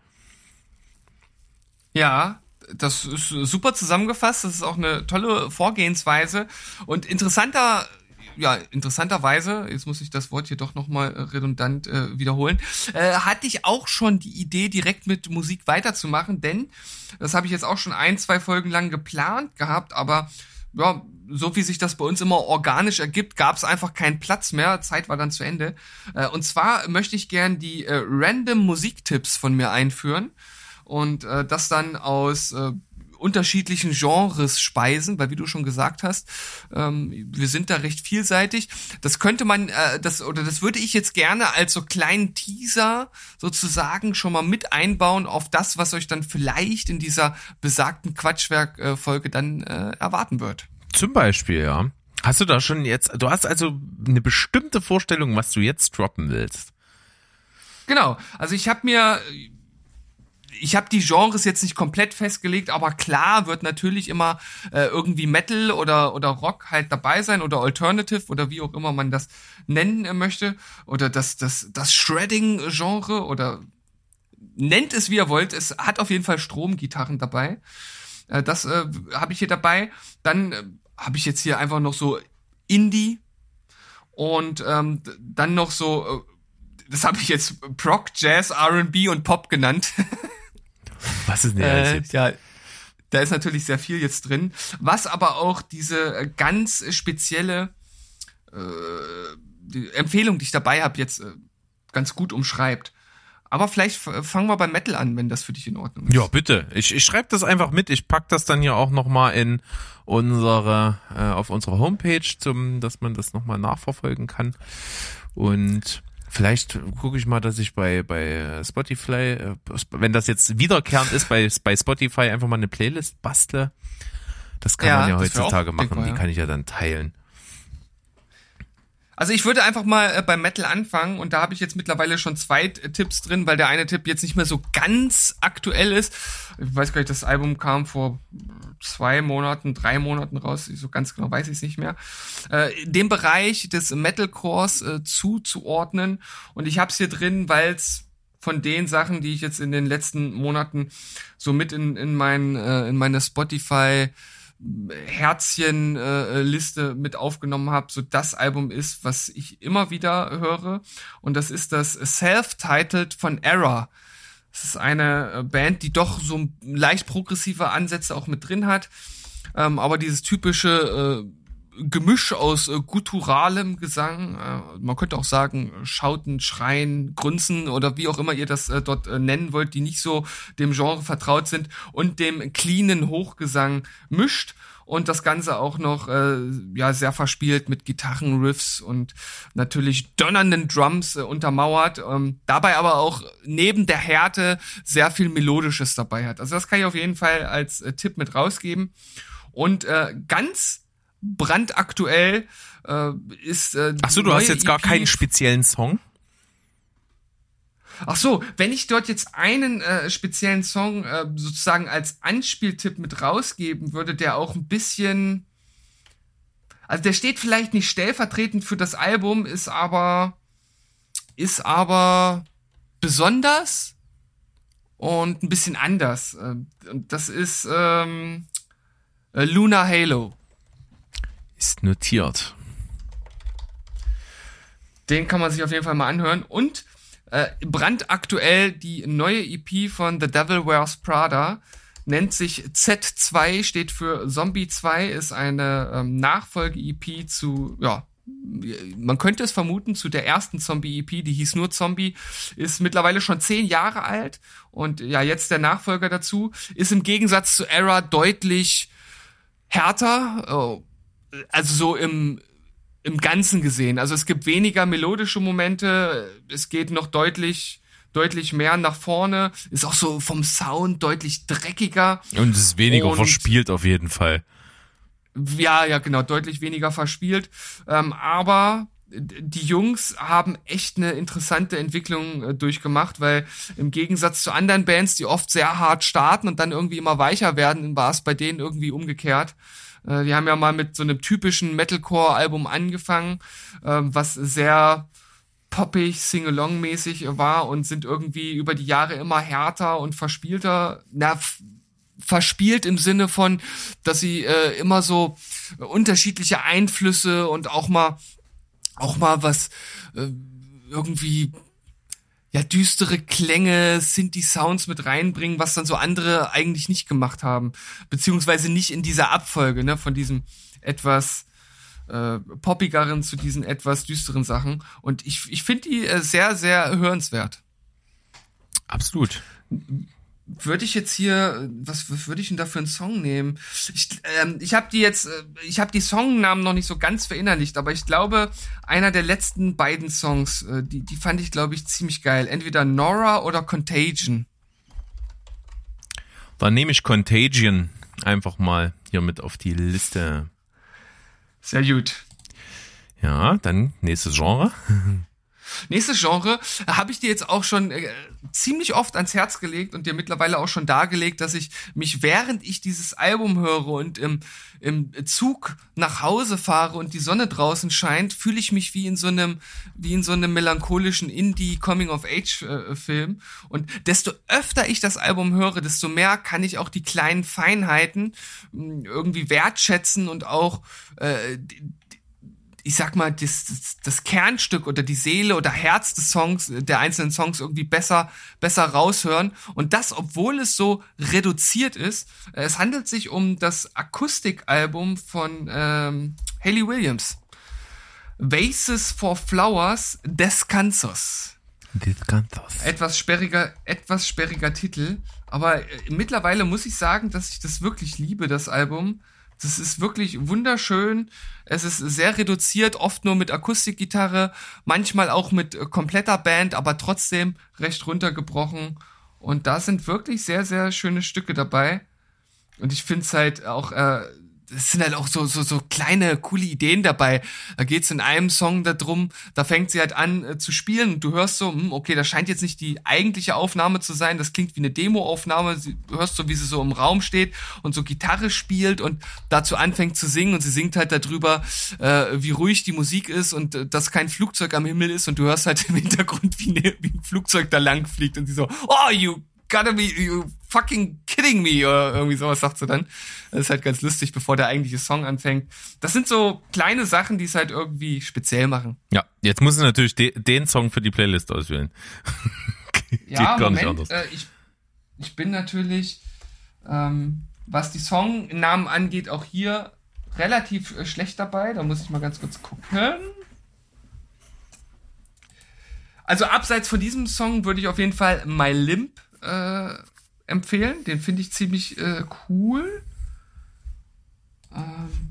Ja, das ist super zusammengefasst. Das ist auch eine tolle Vorgehensweise und interessanter, ja, interessanterweise, jetzt muss ich das Wort hier doch nochmal redundant äh, wiederholen, äh, hatte ich auch schon die Idee, direkt mit Musik weiterzumachen, denn das habe ich jetzt auch schon ein, zwei Folgen lang geplant gehabt, aber ja, so wie sich das bei uns immer organisch ergibt, gab es einfach keinen Platz mehr. Zeit war dann zu Ende. Äh, und zwar möchte ich gern die äh, random Musiktipps von mir einführen. Und äh, das dann aus äh, unterschiedlichen Genres speisen, weil wie du schon gesagt hast, ähm, wir sind da recht vielseitig. Das könnte man, äh, das oder das würde ich jetzt gerne als so kleinen Teaser sozusagen schon mal mit einbauen auf das, was euch dann vielleicht in dieser besagten Quatschwerk-Folge dann äh, erwarten wird. Zum Beispiel, ja. Hast du da schon jetzt, du hast also eine bestimmte Vorstellung, was du jetzt droppen willst? Genau, also ich habe mir... Ich habe die Genres jetzt nicht komplett festgelegt, aber klar wird natürlich immer äh, irgendwie Metal oder oder Rock halt dabei sein oder Alternative oder wie auch immer man das nennen möchte oder das das das Shredding-Genre oder nennt es wie ihr wollt, es hat auf jeden Fall Stromgitarren dabei. Äh, das äh, habe ich hier dabei. Dann äh, habe ich jetzt hier einfach noch so Indie und ähm, dann noch so, äh, das habe ich jetzt Prog, Jazz, R and B und Pop genannt. Was ist denn das äh, jetzt? Ja, da ist natürlich sehr viel jetzt drin. Was aber auch diese ganz spezielle äh, die Empfehlung, die ich dabei habe, jetzt äh, ganz gut umschreibt. Aber vielleicht fangen wir beim Metal an, wenn das für dich in Ordnung ist. Ja, bitte. Ich, ich schreibe das einfach mit. Ich pack das dann hier auch nochmal in unsere, äh, auf unsere Homepage, zum, dass man das nochmal nachverfolgen kann. Und vielleicht gucke ich mal, dass ich bei, bei Spotify, äh, wenn das jetzt wiederkehrend ist, bei, bei Spotify einfach mal eine Playlist bastle. Das kann Ja, man ja das wär heutzutage auch machen. denkbar, Die ja. kann ich ja dann teilen. Also ich würde einfach mal äh, beim Metal anfangen und da habe ich jetzt mittlerweile schon zwei äh, Tipps drin, weil der eine Tipp jetzt nicht mehr so ganz aktuell ist. Ich weiß gar nicht, das Album kam vor zwei Monaten, drei Monaten raus, so ganz genau weiß ich es nicht mehr. Äh, dem Bereich des Metalcores äh, zuzuordnen und ich habe es hier drin, weil es von den Sachen, die ich jetzt in den letzten Monaten so mit in, in, mein, äh, in meine Spotify Herzchen-Liste äh, mit aufgenommen habe, so das Album ist, was ich immer wieder höre. Und das ist das Self-Titled von Error. Das ist eine äh, Band, die doch so leicht progressive Ansätze auch mit drin hat. Ähm, aber dieses typische äh, Gemisch aus äh, gutturalem Gesang, äh, man könnte auch sagen Schauten, Schreien, Grunzen oder wie auch immer ihr das äh, dort äh, nennen wollt, die nicht so dem Genre vertraut sind und dem cleanen Hochgesang mischt und das Ganze auch noch äh, ja sehr verspielt mit Gitarrenriffs und natürlich donnernden Drums äh, untermauert, ähm, dabei aber auch neben der Härte sehr viel Melodisches dabei hat. Also das kann ich auf jeden Fall als äh, Tipp mit rausgeben und äh, ganz brandaktuell äh, ist äh, Ach so, du hast jetzt gar E P keinen speziellen Song? Ach so, wenn ich dort jetzt einen äh, speziellen Song äh, sozusagen als Anspieltipp mit rausgeben würde, der auch ein bisschen, also der steht vielleicht nicht stellvertretend für das Album, ist aber ist aber besonders und ein bisschen anders. Äh, und das ist ähm, äh, Lunar Halo. Ist notiert. Den kann man sich auf jeden Fall mal anhören. Und äh, brandaktuell die neue E P von The Devil Wears Prada nennt sich Z zwei, steht für Zombie zwei, ist eine ähm, Nachfolge-E P zu, ja, man könnte es vermuten, zu der ersten Zombie-E P, die hieß nur Zombie, ist mittlerweile schon zehn Jahre alt und ja, jetzt der Nachfolger dazu, ist im Gegensatz zu Error deutlich härter, oh, also so im im Ganzen gesehen. Also es gibt weniger melodische Momente, es geht noch deutlich deutlich mehr nach vorne, ist auch so vom Sound deutlich dreckiger. Und es ist weniger Und verspielt auf jeden Fall. Ja, ja, genau, deutlich weniger verspielt. Ähm, aber die Jungs haben echt eine interessante Entwicklung äh, durchgemacht, weil im Gegensatz zu anderen Bands, die oft sehr hart starten und dann irgendwie immer weicher werden, war es bei denen irgendwie umgekehrt. Äh, die haben ja mal mit so einem typischen Metalcore-Album angefangen, äh, was sehr poppig, Sing-Along-mäßig war und sind irgendwie über die Jahre immer härter und verspielter, na, f- verspielt im Sinne von, dass sie äh, immer so unterschiedliche Einflüsse und auch mal auch mal was äh, irgendwie ja düstere Klänge, Synthi-Sounds mit reinbringen, was dann so andere eigentlich nicht gemacht haben, beziehungsweise nicht in dieser Abfolge, ne, von diesem etwas äh, poppigeren zu diesen etwas düsteren Sachen. Und ich ich finde die äh, sehr sehr hörenswert. Absolut. Würde ich jetzt hier, was, was würde ich denn da für einen Song nehmen? Ich, ähm, ich habe die jetzt, äh, ich habe die Songnamen noch nicht so ganz verinnerlicht, aber ich glaube, einer der letzten beiden Songs, äh, die, die fand ich, glaube ich, ziemlich geil. Entweder Nora oder Contagion. Dann nehme ich Contagion einfach mal hier mit auf die Liste. Sehr gut. Ja, dann nächstes Genre. Nächstes Genre habe ich dir jetzt auch schon äh, ziemlich oft ans Herz gelegt und dir mittlerweile auch schon dargelegt, dass ich mich, während ich dieses Album höre und im, im Zug nach Hause fahre und die Sonne draußen scheint, fühle ich mich wie in so einem, wie in so einem melancholischen Indie-Coming-of-Age-Film. Und desto öfter ich das Album höre, desto mehr kann ich auch die kleinen Feinheiten mh, irgendwie wertschätzen und auch äh, ich sag mal, das, das, das Kernstück oder die Seele oder Herz des Songs, der einzelnen Songs irgendwie besser, besser raushören. Und das, obwohl es so reduziert ist. Es handelt sich um das Akustikalbum von ähm, Hayley Williams. Vases for Flowers, Descansos. Descansos. Etwas sperriger, etwas sperriger Titel. Aber äh, mittlerweile muss ich sagen, dass ich das wirklich liebe, das Album. Das ist wirklich wunderschön. Es ist sehr reduziert, oft nur mit Akustikgitarre, manchmal auch mit kompletter Band, aber trotzdem recht runtergebrochen. Und da sind wirklich sehr, sehr schöne Stücke dabei. Und ich finde es halt auch, äh, es sind halt auch so, so, so kleine, coole Ideen dabei. Da geht's in einem Song darum, da fängt sie halt an äh, zu spielen und du hörst so, hm, okay, das scheint jetzt nicht die eigentliche Aufnahme zu sein, das klingt wie eine Demo-Aufnahme, du hörst so, wie sie so im Raum steht und so Gitarre spielt und dazu anfängt zu singen und sie singt halt darüber, äh, wie ruhig die Musik ist und äh, dass kein Flugzeug am Himmel ist und du hörst halt im Hintergrund, wie, ne, wie ein Flugzeug da lang fliegt und sie so, oh, you gotta be, you fucking kidding me, oder irgendwie sowas sagt sie dann. Das ist halt ganz lustig, bevor der eigentliche Song anfängt. Das sind so kleine Sachen, die es halt irgendwie speziell machen. Ja, jetzt muss ich natürlich de- den Song für die Playlist auswählen. Ja, Moment, äh, ich, ich bin natürlich, ähm, was die Songnamen angeht, auch hier relativ äh, schlecht dabei. Da muss ich mal ganz kurz gucken. Also abseits von diesem Song würde ich auf jeden Fall My Limp äh, empfehlen. Den finde ich ziemlich äh, cool. Ähm,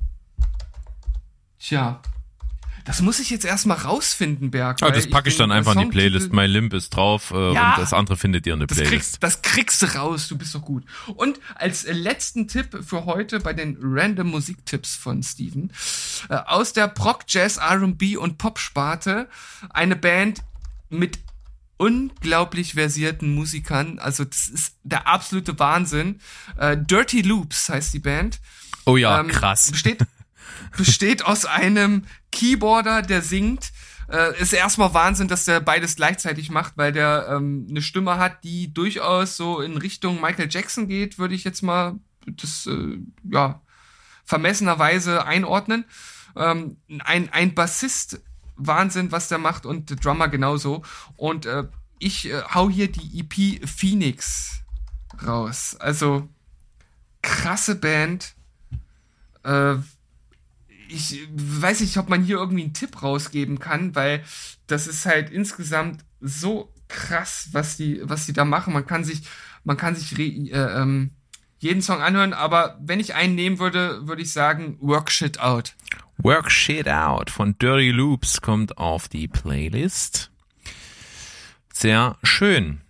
tja. Das muss ich jetzt erstmal rausfinden, Berg. Ja, das packe ich, ich dann einfach in die Playlist. My Limp ist drauf äh, ja, und das andere findet ihr in der das Playlist. Kriegst, das kriegst du raus, du bist doch gut. Und als äh, letzten Tipp für heute bei den Random Musiktipps von Steven. Äh, aus der Prog, Jazz, R und B und Pop-Sparte eine Band mit unglaublich versierten Musikern. Also das ist der absolute Wahnsinn. Äh, Dirty Loops heißt die Band. Oh ja, ähm, krass. Besteht, besteht aus einem Keyboarder, der singt. Äh, ist erstmal Wahnsinn, dass der beides gleichzeitig macht, weil der ähm, eine Stimme hat, die durchaus so in Richtung Michael Jackson geht, würde ich jetzt mal das äh, ja vermessenerweise einordnen. Ähm, ein, ein Bassist, Wahnsinn, was der macht, und der Drummer genauso. Und äh, ich äh, hau hier die E P Phoenix raus. Also krasse Band. Äh, ich weiß nicht, ob man hier irgendwie einen Tipp rausgeben kann, weil das ist halt insgesamt so krass, was die, was die da machen. Man kann sich, man kann sich re, äh, ähm, jeden Song anhören, aber wenn ich einen nehmen würde, würde ich sagen, Work Shit Out. Work Shit Out von Dirty Loops kommt auf die Playlist. Sehr schön.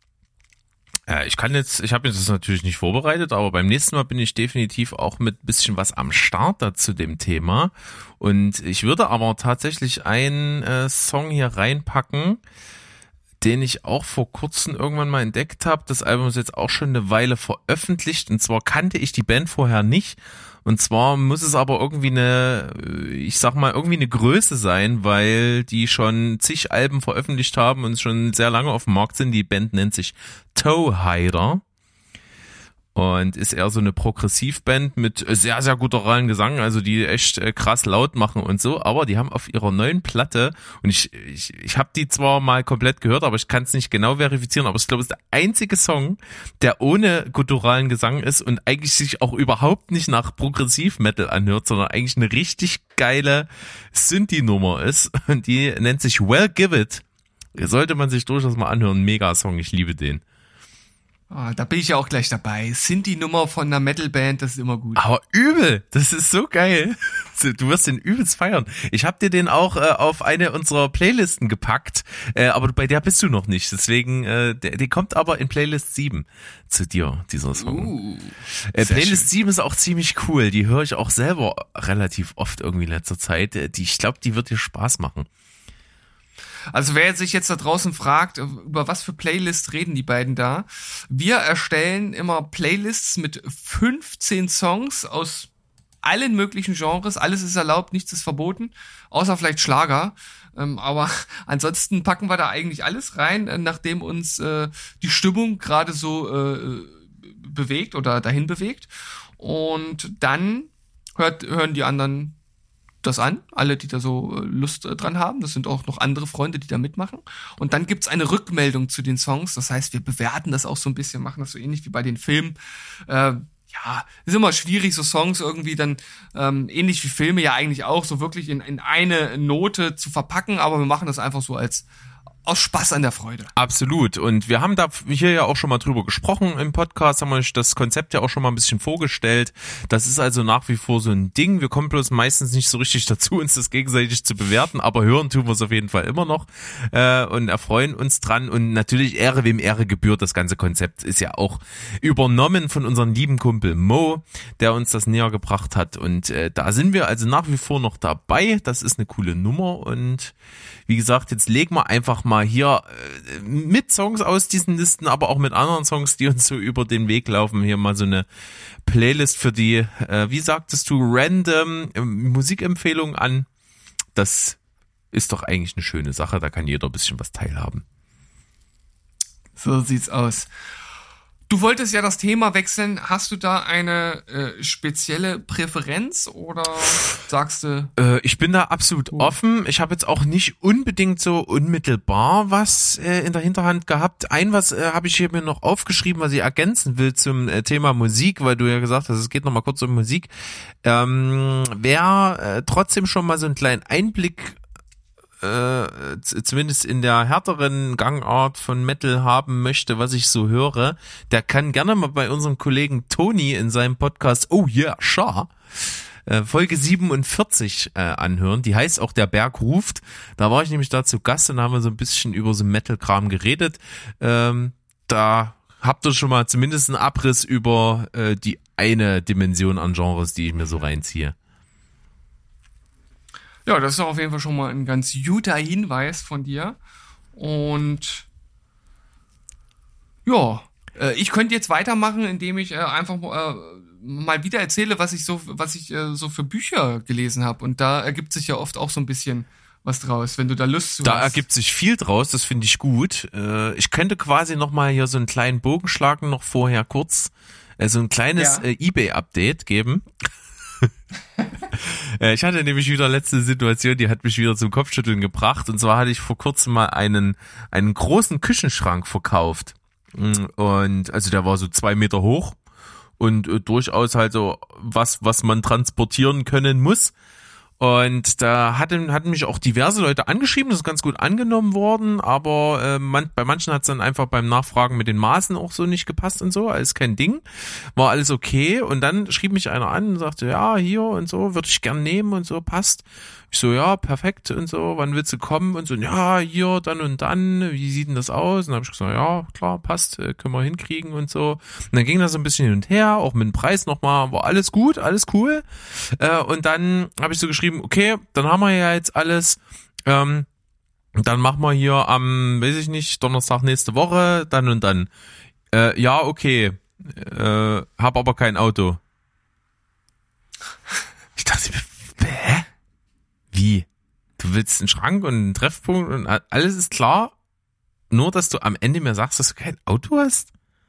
Äh, ich kann jetzt, ich habe jetzt das natürlich nicht vorbereitet, aber beim nächsten Mal bin ich definitiv auch mit ein bisschen was am Start da zu dem Thema. Und ich würde aber tatsächlich einen äh, Song hier reinpacken, den ich auch vor kurzem irgendwann mal entdeckt habe. Das Album ist jetzt auch schon eine Weile veröffentlicht, und zwar kannte ich die Band vorher nicht. Und zwar muss es aber irgendwie eine, ich sag mal, irgendwie eine Größe sein, weil die schon zig Alben veröffentlicht haben und schon sehr lange auf dem Markt sind. Die Band nennt sich Toehider und ist eher so eine Progressivband mit sehr, sehr gutturalen Gesang, also die echt krass laut machen und so. Aber die haben auf ihrer neuen Platte, und ich ich, ich habe die zwar mal komplett gehört, aber ich kann es nicht genau verifizieren, aber ich glaube, es ist der einzige Song, der ohne gutturalen Gesang ist und eigentlich sich auch überhaupt nicht nach Progressiv-Metal anhört, sondern eigentlich eine richtig geile Synthi-Nummer ist. Und die nennt sich Well Give It. Sollte man sich durchaus mal anhören. Mega-Song, ich liebe den. Oh, da bin ich ja auch gleich dabei. Sind die Nummer von einer Metalband, das ist immer gut. Aber übel, das ist so geil. Du wirst den übelst feiern. Ich habe dir den auch äh, auf eine unserer Playlisten gepackt, äh, aber bei der bist du noch nicht. Deswegen, äh, der, die kommt aber in Playlist sieben zu dir, dieser Song. Uh, äh, Playlist schön. sieben ist auch ziemlich cool. Die höre ich auch selber relativ oft irgendwie in letzter Zeit. Die, ich glaube, die wird dir Spaß machen. Also wer sich jetzt da draußen fragt, über was für Playlists reden die beiden da? Wir erstellen immer Playlists mit fünfzehn Songs aus allen möglichen Genres. Alles ist erlaubt, nichts ist verboten, außer vielleicht Schlager. Ähm, aber ansonsten packen wir da eigentlich alles rein, äh, nachdem uns äh, die Stimmung gerade so äh, bewegt oder dahin bewegt. Und dann hört, hören die anderen das an, alle, die da so Lust dran haben. Das sind auch noch andere Freunde, die da mitmachen. Und dann gibt's eine Rückmeldung zu den Songs. Das heißt, wir bewerten das auch so ein bisschen, machen das so ähnlich wie bei den Filmen. Äh, ja, ist immer schwierig, so Songs irgendwie dann, ähm, ähnlich wie Filme ja eigentlich auch, so wirklich in, in eine Note zu verpacken. Aber wir machen das einfach so als aus Spaß an der Freude. Absolut. Und wir haben da hier ja auch schon mal drüber gesprochen im Podcast, haben euch das Konzept ja auch schon mal ein bisschen vorgestellt. Das ist also nach wie vor so ein Ding. Wir kommen bloß meistens nicht so richtig dazu, uns das gegenseitig zu bewerten, aber hören tun wir es auf jeden Fall immer noch äh, und erfreuen uns dran. Und natürlich Ehre wem Ehre gebührt. Das ganze Konzept ist ja auch übernommen von unserem lieben Kumpel Mo, der uns das näher gebracht hat. Und äh, da sind wir also nach wie vor noch dabei. Das ist eine coole Nummer. Und wie gesagt, jetzt legen wir einfach mal hier äh, mit Songs aus diesen Listen, aber auch mit anderen Songs, die uns so über den Weg laufen, hier mal so eine Playlist für die, äh, wie sagtest du, random äh, Musikempfehlungen an. Das ist doch eigentlich eine schöne Sache, da kann jeder ein bisschen was teilhaben. So sieht's aus. Du wolltest ja das Thema wechseln. Hast du da eine äh, spezielle Präferenz oder sagst du? Äh, ich bin da absolut oh. offen. Ich habe jetzt auch nicht unbedingt so unmittelbar was äh, in der Hinterhand gehabt. Ein was äh, habe ich hier mir noch aufgeschrieben, was ich ergänzen will zum äh, Thema Musik, weil du ja gesagt hast, es geht noch mal kurz um Musik. Ähm, wer äh, trotzdem schon mal so einen kleinen Einblick Äh, zumindest in der härteren Gangart von Metal haben möchte, was ich so höre, der kann gerne mal bei unserem Kollegen Toni in seinem Podcast Oh Yeah, Sha äh, Folge siebenundvierzig äh, anhören. Die heißt auch Der Berg ruft. Da war ich nämlich da zu Gast und haben wir so ein bisschen über so Metal-Kram geredet. Ähm, da habt ihr schon mal zumindest einen Abriss über äh, die eine Dimension an Genres, die ich mir so reinziehe. Ja, das ist auf jeden Fall schon mal ein ganz guter Hinweis von dir. Und ja, äh, ich könnte jetzt weitermachen, indem ich äh, einfach äh, mal wieder erzähle, was ich so, was ich äh, so für Bücher gelesen habe. Und da ergibt sich ja oft auch so ein bisschen was draus, wenn du da Lust zu da hast. Da ergibt sich viel draus, das finde ich gut. Äh, ich könnte quasi noch mal hier so einen kleinen Bogen schlagen, noch vorher kurz äh, so ein kleines ja. äh, eBay-Update geben. Ich hatte nämlich wieder letzte Situation, die hat mich wieder zum Kopfschütteln gebracht. Und zwar hatte ich vor kurzem mal einen einen großen Küchenschrank verkauft. Und also der war so zwei Meter hoch und äh, durchaus halt so was, was man transportieren können muss. Und da hatten, hatten mich auch diverse Leute angeschrieben, das ist ganz gut angenommen worden, aber äh, man, bei manchen hat es dann einfach beim Nachfragen mit den Maßen auch so nicht gepasst und so, alles kein Ding, war alles okay. Und dann schrieb mich einer an und sagte, ja, hier und so, würde ich gern nehmen und so, passt. Ich so, ja, perfekt und so, wann willst du kommen? Und so, ja, hier, dann und dann, wie sieht denn das aus? Und dann habe ich gesagt, ja, klar, passt, können wir hinkriegen und so. Und dann ging das so ein bisschen hin und her, auch mit dem Preis nochmal, war alles gut, alles cool. Äh, und dann habe ich so geschrieben, okay, dann haben wir ja jetzt alles, ähm, dann machen wir hier am, weiß ich nicht, Donnerstag nächste Woche, dann und dann. Äh, ja, okay, äh, hab aber kein Auto. Ich dachte, hä? Wie? Du willst einen Schrank und einen Treffpunkt und alles ist klar, nur dass du am Ende mir sagst, dass du kein Auto hast?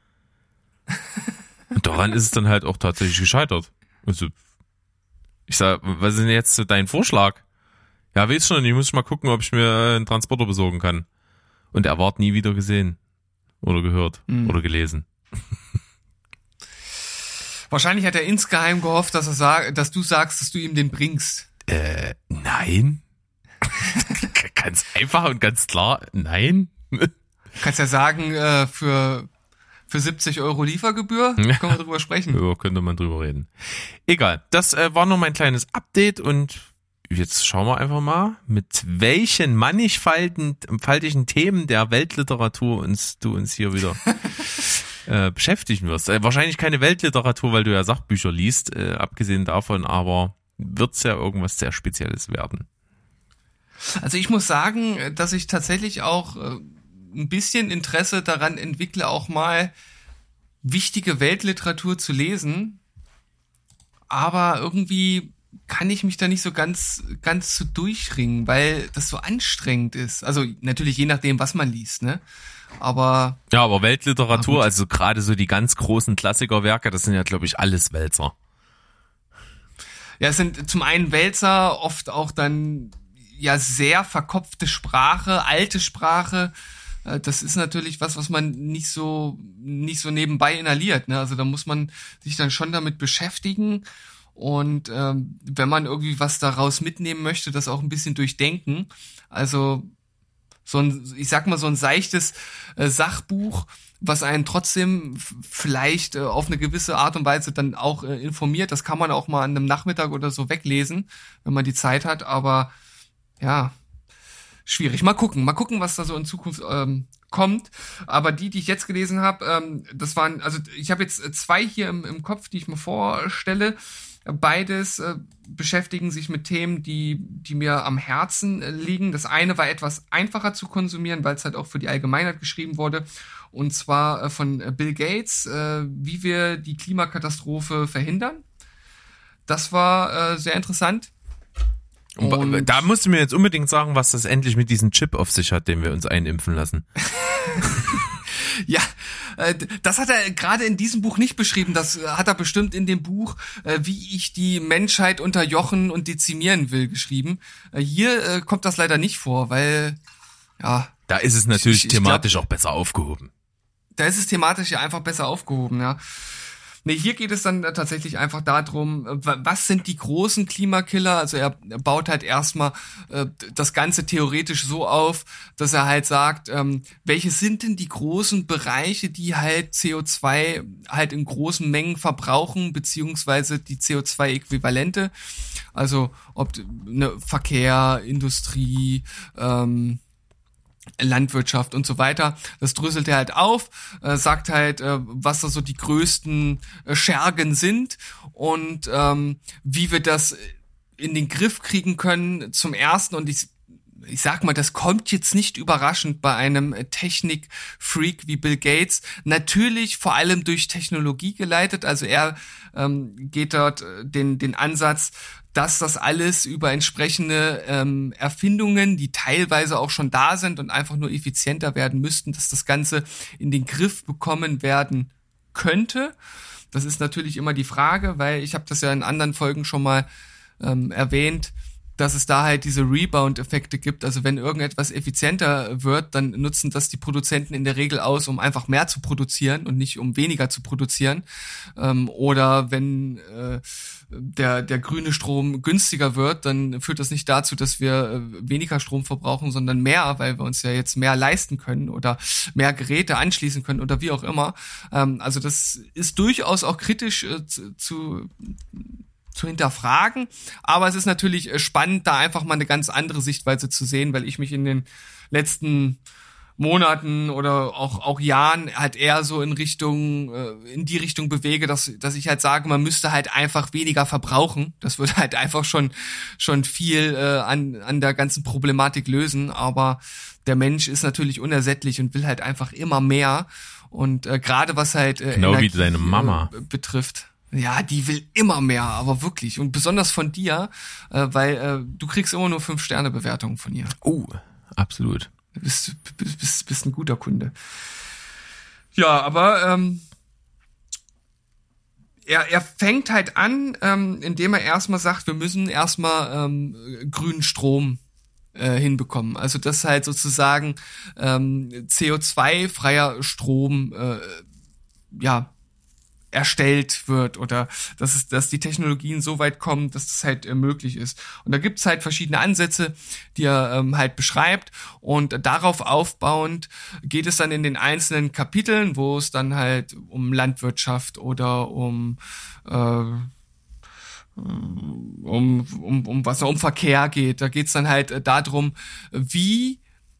Und daran ist es dann halt auch tatsächlich gescheitert. Also, ich sag, was ist denn jetzt so dein Vorschlag? Ja, weiß schon, ich muss mal gucken, ob ich mir einen Transporter besorgen kann. Und er ward nie wieder gesehen. Oder gehört. Mhm. Oder gelesen. Wahrscheinlich hat er insgeheim gehofft, dass er sag, dass du sagst, dass du ihm den bringst. Äh, nein. Ganz einfach und ganz klar, nein. Kannst ja sagen, äh, für, für siebzig Euro Liefergebühr, können wir drüber sprechen. Ja, könnte man drüber reden. Egal, das äh, war nur mein kleines Update und jetzt schauen wir einfach mal, mit welchen mannigfaltigen Themen der Weltliteratur uns du uns hier wieder äh, beschäftigen wirst. Äh, wahrscheinlich keine Weltliteratur, weil du ja Sachbücher liest, äh, abgesehen davon, aber wird's ja irgendwas sehr Spezielles werden. Also ich muss sagen, dass ich tatsächlich auch äh, ein bisschen Interesse daran entwickle, auch mal wichtige Weltliteratur zu lesen. Aber irgendwie kann ich mich da nicht so ganz, ganz so durchringen, weil das so anstrengend ist. Also natürlich je nachdem, was man liest, ne? Aber. Ja, aber Weltliteratur, also gerade so die ganz großen Klassikerwerke, das sind ja, glaube ich, alles Wälzer. Ja, es sind zum einen Wälzer, oft auch dann ja sehr verkopfte Sprache, alte Sprache. Das ist natürlich was, was man nicht so nicht so nebenbei inhaliert, ne? Also da muss man sich dann schon damit beschäftigen und ähm, wenn man irgendwie was daraus mitnehmen möchte, das auch ein bisschen durchdenken. Also so ein, ich sag mal so ein seichtes äh, Sachbuch, was einen trotzdem f- vielleicht äh, auf eine gewisse Art und Weise dann auch äh, informiert. Das kann man auch mal an einem Nachmittag oder so weglesen, wenn man die Zeit hat. Aber ja, schwierig. Mal gucken, mal gucken, was da so in Zukunft ähm, kommt. Aber die, die ich jetzt gelesen habe, ähm, das waren, also ich habe jetzt zwei hier im, im Kopf, die ich mir vorstelle. Beides äh, beschäftigen sich mit Themen, die, die mir am Herzen äh, liegen. Das eine war etwas einfacher zu konsumieren, weil es halt auch für die Allgemeinheit geschrieben wurde. Und zwar äh, von äh, Bill Gates, äh, wie wir die Klimakatastrophe verhindern. Das war äh, sehr interessant. Und da musst du mir jetzt unbedingt sagen, was das endlich mit diesem Chip auf sich hat, den wir uns einimpfen lassen. Ja, äh, das hat er gerade in diesem Buch nicht beschrieben. Das hat er bestimmt in dem Buch, äh, wie ich die Menschheit unterjochen und dezimieren will, geschrieben. Äh, hier äh, kommt das leider nicht vor, weil, ja. Da ist es natürlich ich, ich thematisch glaub, auch besser aufgehoben. Da ist es thematisch ja einfach besser aufgehoben, ja. Nee, hier geht es dann tatsächlich einfach darum, was sind die großen Klimakiller? Also er baut halt erstmal äh, das Ganze theoretisch so auf, dass er halt sagt, ähm, welche sind denn die großen Bereiche, die halt C O zwei halt in großen Mengen verbrauchen, beziehungsweise die C O zwei Äquivalente. Also ob ne, Verkehr, Industrie, ähm, Landwirtschaft und so weiter. Das dröselt er halt auf, äh, sagt halt, äh, was da so die größten äh, Schergen sind und ähm, wie wir das in den Griff kriegen können. Zum Ersten, und ich ich sag mal, das kommt jetzt nicht überraschend bei einem Technik-Freak wie Bill Gates. Natürlich vor allem durch Technologie geleitet. Also er ähm, geht dort den den Ansatz, dass das alles über entsprechende ähm, Erfindungen, die teilweise auch schon da sind und einfach nur effizienter werden müssten, dass das Ganze in den Griff bekommen werden könnte. Das ist natürlich immer die Frage, weil ich habe das ja in anderen Folgen schon mal ähm, erwähnt, dass es da halt diese Rebound-Effekte gibt. Also wenn irgendetwas effizienter wird, dann nutzen das die Produzenten in der Regel aus, um einfach mehr zu produzieren und nicht um weniger zu produzieren. Ähm, oder wenn äh, der der grüne Strom günstiger wird, dann führt das nicht dazu, dass wir äh, weniger Strom verbrauchen, sondern mehr, weil wir uns ja jetzt mehr leisten können oder mehr Geräte anschließen können oder wie auch immer. Ähm, also das ist durchaus auch kritisch äh, zu, zu zu hinterfragen, aber es ist natürlich spannend, da einfach mal eine ganz andere Sichtweise zu sehen, weil ich mich in den letzten Monaten oder auch auch Jahren halt eher so in Richtung äh, in die Richtung bewege, dass dass ich halt sage, man müsste halt einfach weniger verbrauchen. Das würde halt einfach schon schon viel äh, an an der ganzen Problematik lösen, aber der Mensch ist natürlich unersättlich und will halt einfach immer mehr und äh, gerade was halt äh, genau Energie, wie deine Mama äh, betrifft. Ja, die will immer mehr, aber wirklich. Und besonders von dir, äh, weil äh, du kriegst immer nur fünf Sterne Bewertungen von ihr. Oh, absolut. Du bist, bist, bist, bist ein guter Kunde. Ja, aber ähm, er, er fängt halt an, ähm, indem er erstmal sagt, wir müssen erstmal ähm, grünen Strom äh, hinbekommen. Also dass halt sozusagen ähm, C O zwei freier Strom äh, ja erstellt wird oder dass es, dass die Technologien so weit kommen, dass das halt äh, möglich ist. Und da gibt's halt verschiedene Ansätze, die er ähm, halt beschreibt und darauf aufbauend geht es dann in den einzelnen Kapiteln, wo es dann halt um Landwirtschaft oder um äh, um, um, um was um Verkehr geht. Da geht's dann halt äh, darum, wie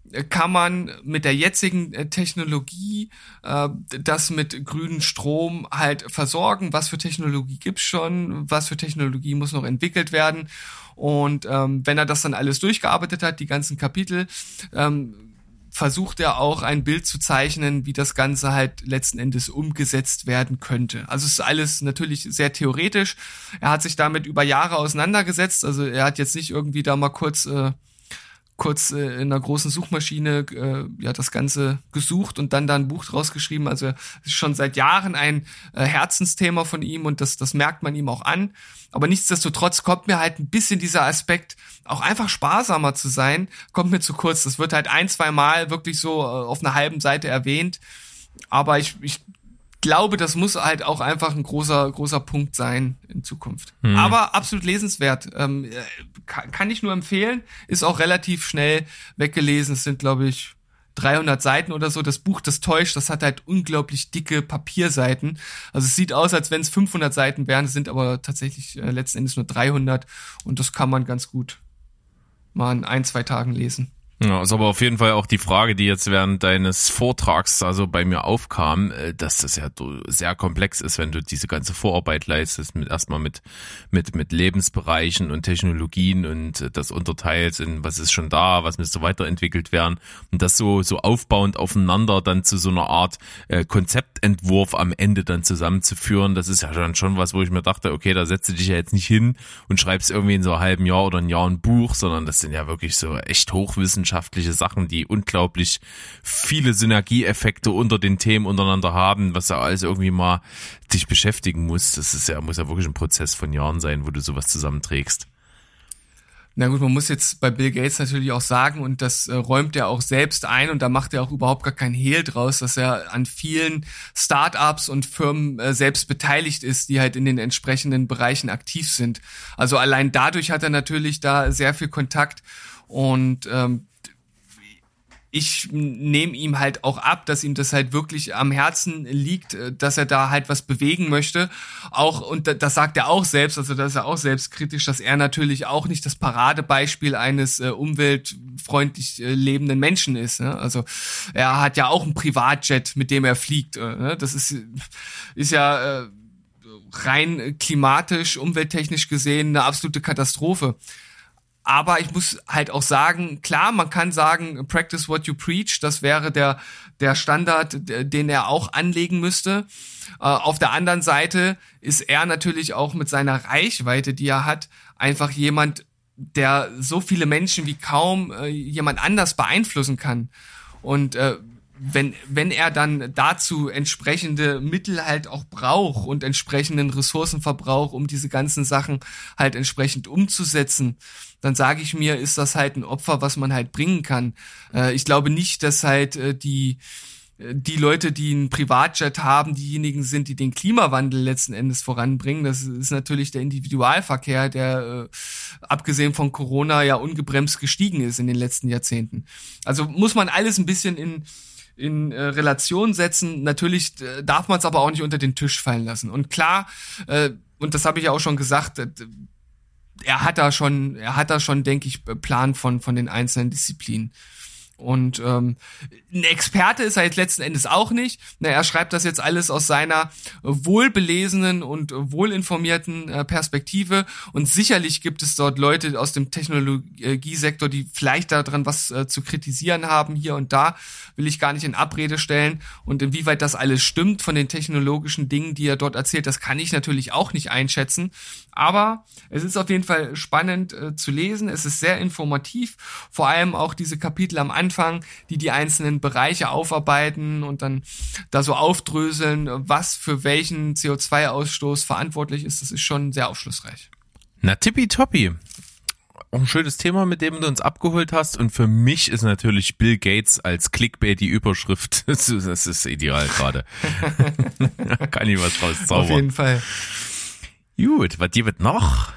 kann man mit der jetzigen Technologie äh, das mit grünem Strom halt versorgen? Was für Technologie gibt's schon? Was für Technologie muss noch entwickelt werden? Und ähm, wenn er das dann alles durchgearbeitet hat, die ganzen Kapitel, ähm, versucht er auch ein Bild zu zeichnen, wie das Ganze halt letzten Endes umgesetzt werden könnte. Also es ist alles natürlich sehr theoretisch. Er hat sich damit über Jahre auseinandergesetzt. Also er hat jetzt nicht irgendwie da mal kurz äh, kurz äh, in einer großen Suchmaschine äh, ja das Ganze gesucht und dann da ein Buch draus geschrieben. Also es ist schon seit Jahren ein äh, Herzensthema von ihm und das das merkt man ihm auch an. Aber nichtsdestotrotz kommt mir halt ein bisschen dieser Aspekt, auch einfach sparsamer zu sein, kommt mir zu kurz. Das wird halt ein, zwei Mal wirklich so äh, auf einer halben Seite erwähnt. Aber ich, ich glaube, das muss halt auch einfach ein großer, großer Punkt sein in Zukunft. Hm. Aber absolut lesenswert. Ähm, kann, kann ich nur empfehlen. Ist auch relativ schnell weggelesen. Es sind, glaube ich, dreihundert Seiten oder so. Das Buch, das täuscht, das hat halt unglaublich dicke Papierseiten. Also es sieht aus, als wenn es fünfhundert Seiten wären. Es sind aber tatsächlich äh, letzten Endes nur dreihundert. Und das kann man ganz gut mal in ein, zwei Tagen lesen. Ja, ist aber auf jeden Fall auch die Frage, die jetzt während deines Vortrags also bei mir aufkam, dass das ja sehr komplex ist, wenn du diese ganze Vorarbeit leistest, mit erstmal mit mit mit Lebensbereichen und Technologien und das unterteilst in was ist schon da, was müsste weiterentwickelt werden und das so so aufbauend aufeinander dann zu so einer Art äh, Konzeptentwurf am Ende dann zusammenzuführen, das ist ja dann schon was, wo ich mir dachte, okay, da setzt du dich ja jetzt nicht hin und schreibst irgendwie in so einem halben Jahr oder ein Jahr ein Buch, sondern das sind ja wirklich so echt hochwissenschaftliche wissenschaftliche Sachen, die unglaublich viele Synergieeffekte unter den Themen untereinander haben, was ja alles irgendwie mal dich beschäftigen muss. Das ist ja, muss ja wirklich ein Prozess von Jahren sein, wo du sowas zusammenträgst. Na gut, man muss jetzt bei Bill Gates natürlich auch sagen, und das äh, räumt er auch selbst ein, und da macht er auch überhaupt gar keinen Hehl draus, dass er an vielen Startups und Firmen äh, selbst beteiligt ist, die halt in den entsprechenden Bereichen aktiv sind. Also allein dadurch hat er natürlich da sehr viel Kontakt, und ähm, ich nehme ihm halt auch ab, dass ihm das halt wirklich am Herzen liegt, dass er da halt was bewegen möchte. Auch, und das sagt er auch selbst, also da ist er auch selbstkritisch, dass er natürlich auch nicht das Paradebeispiel eines äh, umweltfreundlich äh, lebenden Menschen ist. Ne? Also er hat ja auch einen Privatjet, mit dem er fliegt. Äh, ne? Das ist, ist ja äh, rein klimatisch, umwelttechnisch gesehen eine absolute Katastrophe. Aber ich muss halt auch sagen, klar, man kann sagen, practice what you preach, das wäre der der Standard, den er auch anlegen müsste. Äh, auf der anderen Seite ist er natürlich auch mit seiner Reichweite, die er hat, einfach jemand, der so viele Menschen wie kaum äh, jemand anders beeinflussen kann. Und äh, wenn wenn er dann dazu entsprechende Mittel halt auch braucht und entsprechenden Ressourcenverbrauch, um diese ganzen Sachen halt entsprechend umzusetzen, dann sage ich mir, ist das halt ein Opfer, was man halt bringen kann. Äh, ich glaube nicht, dass halt äh, die die Leute, die einen Privatjet haben, diejenigen sind, die den Klimawandel letzten Endes voranbringen. Das ist natürlich der Individualverkehr, der äh, abgesehen von Corona ja ungebremst gestiegen ist in den letzten Jahrzehnten. Also muss man alles ein bisschen in in äh, Relation setzen. Natürlich äh, darf man es aber auch nicht unter den Tisch fallen lassen. Und klar, äh, und das habe ich ja auch schon gesagt, äh, er hat da schon, er hat da schon, denke ich, Plan von von den einzelnen Disziplinen. Und ähm, ein Experte ist er jetzt letzten Endes auch nicht. Na, er schreibt das jetzt alles aus seiner wohlbelesenen und wohlinformierten äh, Perspektive. Und sicherlich gibt es dort Leute aus dem Technologiesektor, die vielleicht daran was äh, zu kritisieren haben, hier und da. Will ich gar nicht in Abrede stellen. Und inwieweit das alles stimmt von den technologischen Dingen, die er dort erzählt, das kann ich natürlich auch nicht einschätzen. Aber es ist auf jeden Fall spannend äh, zu lesen. Es ist sehr informativ. Vor allem auch diese Kapitel am Anfang, die die einzelnen Bereiche aufarbeiten und dann da so aufdröseln, was für welchen C O zwei Ausstoß verantwortlich ist. Das ist schon sehr aufschlussreich. Na, tippitoppi. Auch ein schönes Thema, mit dem du uns abgeholt hast. Und für mich ist natürlich Bill Gates als Clickbait die Überschrift. Das ist ideal gerade. Kann ich was draus zaubern. Auf jeden Fall. Gut, was dir wird noch?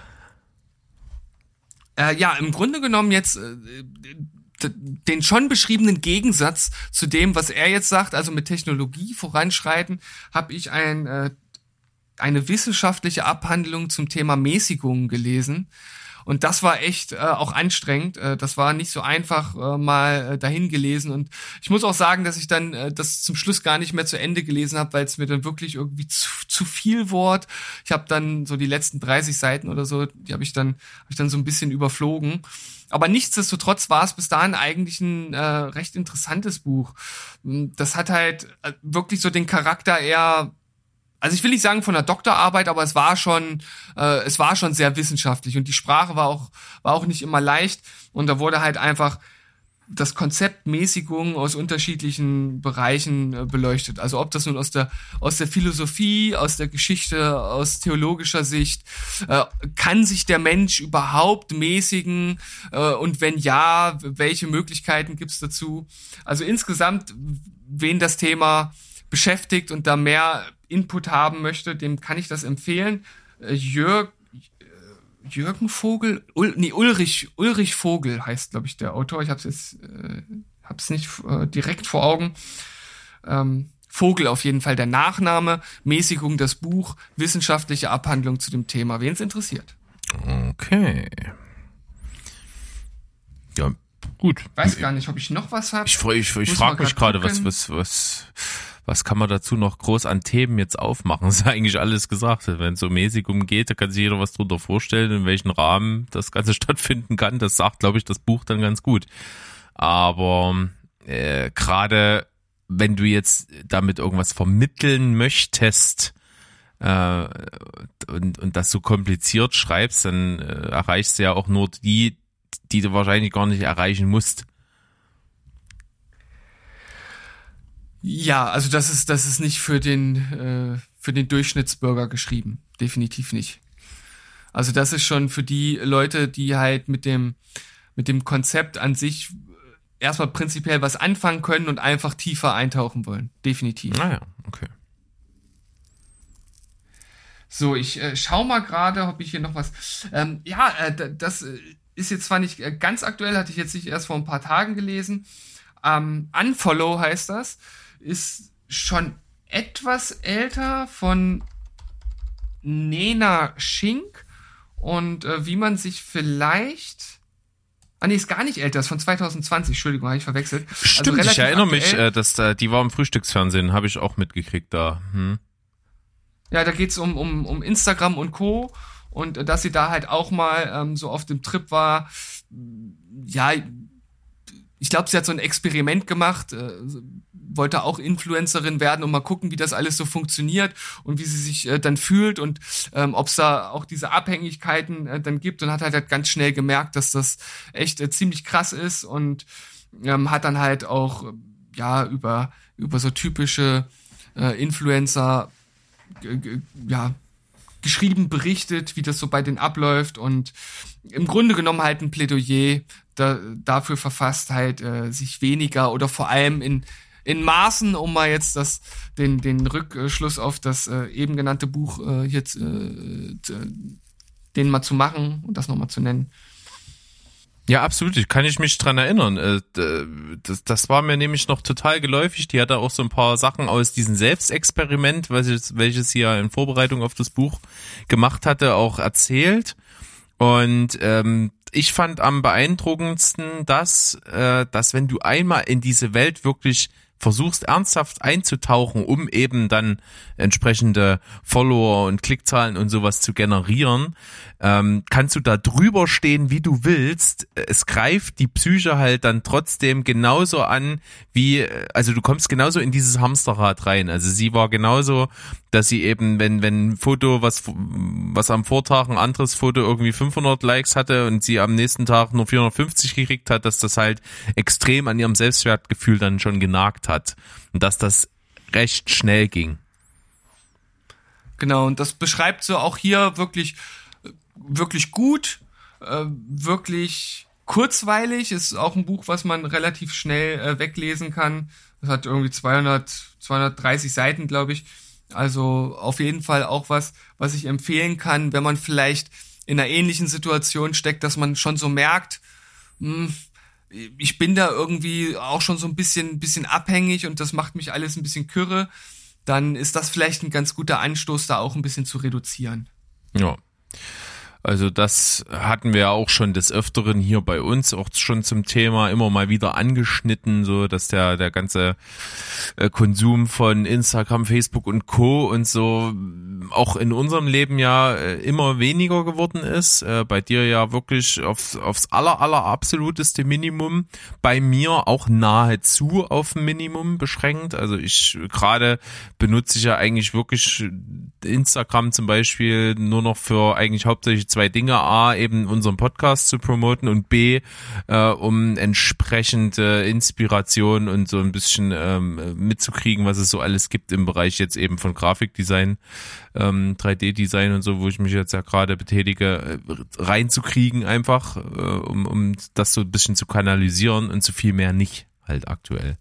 Äh, ja, im Grunde genommen jetzt äh, den schon beschriebenen Gegensatz zu dem, was er jetzt sagt, also mit Technologie voranschreiten, habe ich ein, äh, eine wissenschaftliche Abhandlung zum Thema Mäßigung gelesen. Und das war echt äh, auch anstrengend. Äh, das war nicht so einfach äh, mal äh, dahin gelesen. Und ich muss auch sagen, dass ich dann äh, das zum Schluss gar nicht mehr zu Ende gelesen habe, weil es mir dann wirklich irgendwie zu, zu viel Wort. Ich habe dann so die letzten dreißig Seiten oder so, die habe ich dann hab ich dann so ein bisschen überflogen. Aber nichtsdestotrotz war es bis dahin eigentlich ein äh, recht interessantes Buch. Das hat halt äh, wirklich so den Charakter eher, also ich will nicht sagen von einer Doktorarbeit, aber es war schon, äh, es war schon sehr wissenschaftlich und die Sprache war auch, war auch nicht immer leicht und da wurde halt einfach das Konzept Mäßigung aus unterschiedlichen Bereichen äh, beleuchtet. Also ob das nun aus der aus der Philosophie, aus der Geschichte, aus theologischer Sicht, äh, kann sich der Mensch überhaupt mäßigen äh, und wenn ja, welche Möglichkeiten gibt's dazu? Also insgesamt, wen das Thema beschäftigt und da mehr Input haben möchte, dem kann ich das empfehlen. Äh, Jörg Jürgen Vogel, Ul, nee, Ulrich, Ulrich Vogel heißt, glaube ich, der Autor. Ich habe es jetzt, äh, hab's nicht äh, direkt vor Augen. Ähm, Vogel auf jeden Fall der Nachname, Mäßigung das Buch, wissenschaftliche Abhandlung zu dem Thema. Wen es interessiert. Okay. Ja, gut. Weiß gar nicht, ob ich noch was habe. Ich, ich, ich frage mich gerade, was, was, was, was kann man dazu noch groß an Themen jetzt aufmachen? Das ist eigentlich alles gesagt. Wenn es um Mäßigung geht, da kann sich jeder was drunter vorstellen, in welchem Rahmen das Ganze stattfinden kann. Das sagt, glaube ich, das Buch dann ganz gut. Aber äh, gerade wenn du jetzt damit irgendwas vermitteln möchtest äh, und, und das so kompliziert schreibst, dann äh, erreichst du ja auch nur die, die du wahrscheinlich gar nicht erreichen musst. Ja, also das ist das ist nicht für den äh, für den Durchschnittsbürger geschrieben, definitiv nicht. Also das ist schon für die Leute, die halt mit dem mit dem Konzept an sich erstmal prinzipiell was anfangen können und einfach tiefer eintauchen wollen, definitiv. Naja, okay. So, ich äh, schau mal gerade, ob ich hier noch was. Ähm, ja, äh, das ist jetzt zwar nicht ganz aktuell, hatte ich jetzt nicht erst vor ein paar Tagen gelesen. Ähm, Unfollow heißt das. Ist schon etwas älter von Nena Schink und äh, wie man sich vielleicht ah nee, ist gar nicht älter, ist von zwanzig zwanzig, Entschuldigung, habe ich verwechselt. Stimmt, also ich erinnere aktuell. mich, äh, dass äh, die war im Frühstücksfernsehen, habe ich auch mitgekriegt da. Hm. Ja, da geht's um, um, um Instagram und Co. Und äh, dass sie da halt auch mal ähm, so auf dem Trip war, ja, ich glaube, sie hat so ein Experiment gemacht, äh, wollte auch Influencerin werden und mal gucken, wie das alles so funktioniert und wie sie sich äh, dann fühlt und ähm, ob es da auch diese Abhängigkeiten äh, dann gibt und hat halt, halt ganz schnell gemerkt, dass das echt äh, ziemlich krass ist und ähm, hat dann halt auch äh, ja über über so typische äh, Influencer g- g- ja geschrieben, berichtet, wie das so bei denen abläuft und im Grunde genommen halt ein Plädoyer da, dafür verfasst, halt äh, sich weniger oder vor allem in in Maßen, um mal jetzt das den den Rückschluss auf das äh, eben genannte Buch äh, jetzt äh, den mal zu machen und das nochmal zu nennen. Ja, absolut. Kann ich mich dran erinnern. Das, das war mir nämlich noch total geläufig. Die hat da auch so ein paar Sachen aus diesem Selbstexperiment, welches, welches sie ja in Vorbereitung auf das Buch gemacht hatte, auch erzählt. Und ähm, ich fand am beeindruckendsten das, äh, dass wenn du einmal in diese Welt wirklich versuchst ernsthaft einzutauchen, um eben dann entsprechende Follower und Klickzahlen und sowas zu generieren, ähm, kannst du da drüber stehen, wie du willst. Es greift die Psyche halt dann trotzdem genauso an, wie, also du kommst genauso in dieses Hamsterrad rein. Also sie war genauso, dass sie eben, wenn wenn ein Foto, was was am Vortag ein anderes Foto irgendwie fünfhundert Likes hatte und sie am nächsten Tag nur vierhundertfünfzig gekriegt hat, dass das halt extrem an ihrem Selbstwertgefühl dann schon genagt hat und dass das recht schnell ging. Genau, und das beschreibt so auch hier wirklich wirklich gut, äh, wirklich kurzweilig, ist auch ein Buch, was man relativ schnell äh, weglesen kann. Das hat irgendwie zweihundert, zweihundertdreißig Seiten, glaube ich. Also auf jeden Fall auch was, was ich empfehlen kann, wenn man vielleicht in einer ähnlichen Situation steckt, dass man schon so merkt, mh, ich bin da irgendwie auch schon so ein bisschen, bisschen abhängig und das macht mich alles ein bisschen kirre, dann ist das vielleicht ein ganz guter Anstoß, da auch ein bisschen zu reduzieren. Ja. Also das hatten wir ja auch schon des Öfteren hier bei uns auch schon zum Thema immer mal wieder angeschnitten, so dass der der ganze Konsum von Instagram, Facebook und Co. und so auch in unserem Leben ja immer weniger geworden ist. Bei dir ja wirklich aufs, aufs aller, aller absoluteste Minimum. Bei mir auch nahezu auf Minimum beschränkt. Also ich gerade benutze ich ja eigentlich wirklich Instagram zum Beispiel nur noch für eigentlich hauptsächlich zwei Dinge. A, eben unseren Podcast zu promoten und B, äh, um entsprechende Inspiration und so ein bisschen ähm, mitzukriegen, was es so alles gibt im Bereich jetzt eben von Grafikdesign, ähm, drei D-Design und so, wo ich mich jetzt ja gerade betätige, äh, reinzukriegen einfach, äh, um, um das so ein bisschen zu kanalisieren und so viel mehr nicht halt aktuell.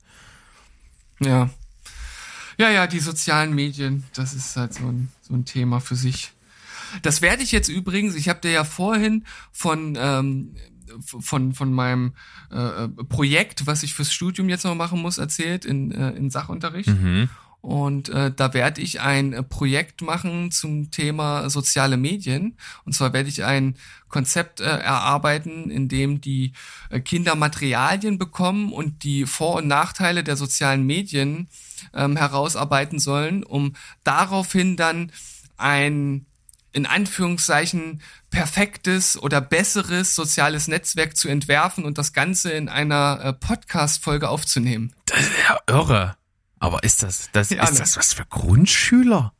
Ja. Ja, ja, die sozialen Medien, das ist halt so ein, so ein Thema für sich. Das werde ich jetzt übrigens, ich habe dir ja vorhin von ähm, von von meinem äh, Projekt, was ich fürs Studium jetzt noch machen muss, erzählt in äh, in Sachunterricht. Mhm. Und äh, da werde ich ein äh, Projekt machen zum Thema soziale Medien. Und zwar werde ich ein Konzept äh, erarbeiten, in dem die äh, Kinder Materialien bekommen und die Vor- und Nachteile der sozialen Medien ähm, herausarbeiten sollen, um daraufhin dann ein in Anführungszeichen perfektes oder besseres soziales Netzwerk zu entwerfen und das Ganze in einer äh, Podcast-Folge aufzunehmen. Das ist ja irre. Aber ist das, das, ja, ist ne? das was für Grundschüler?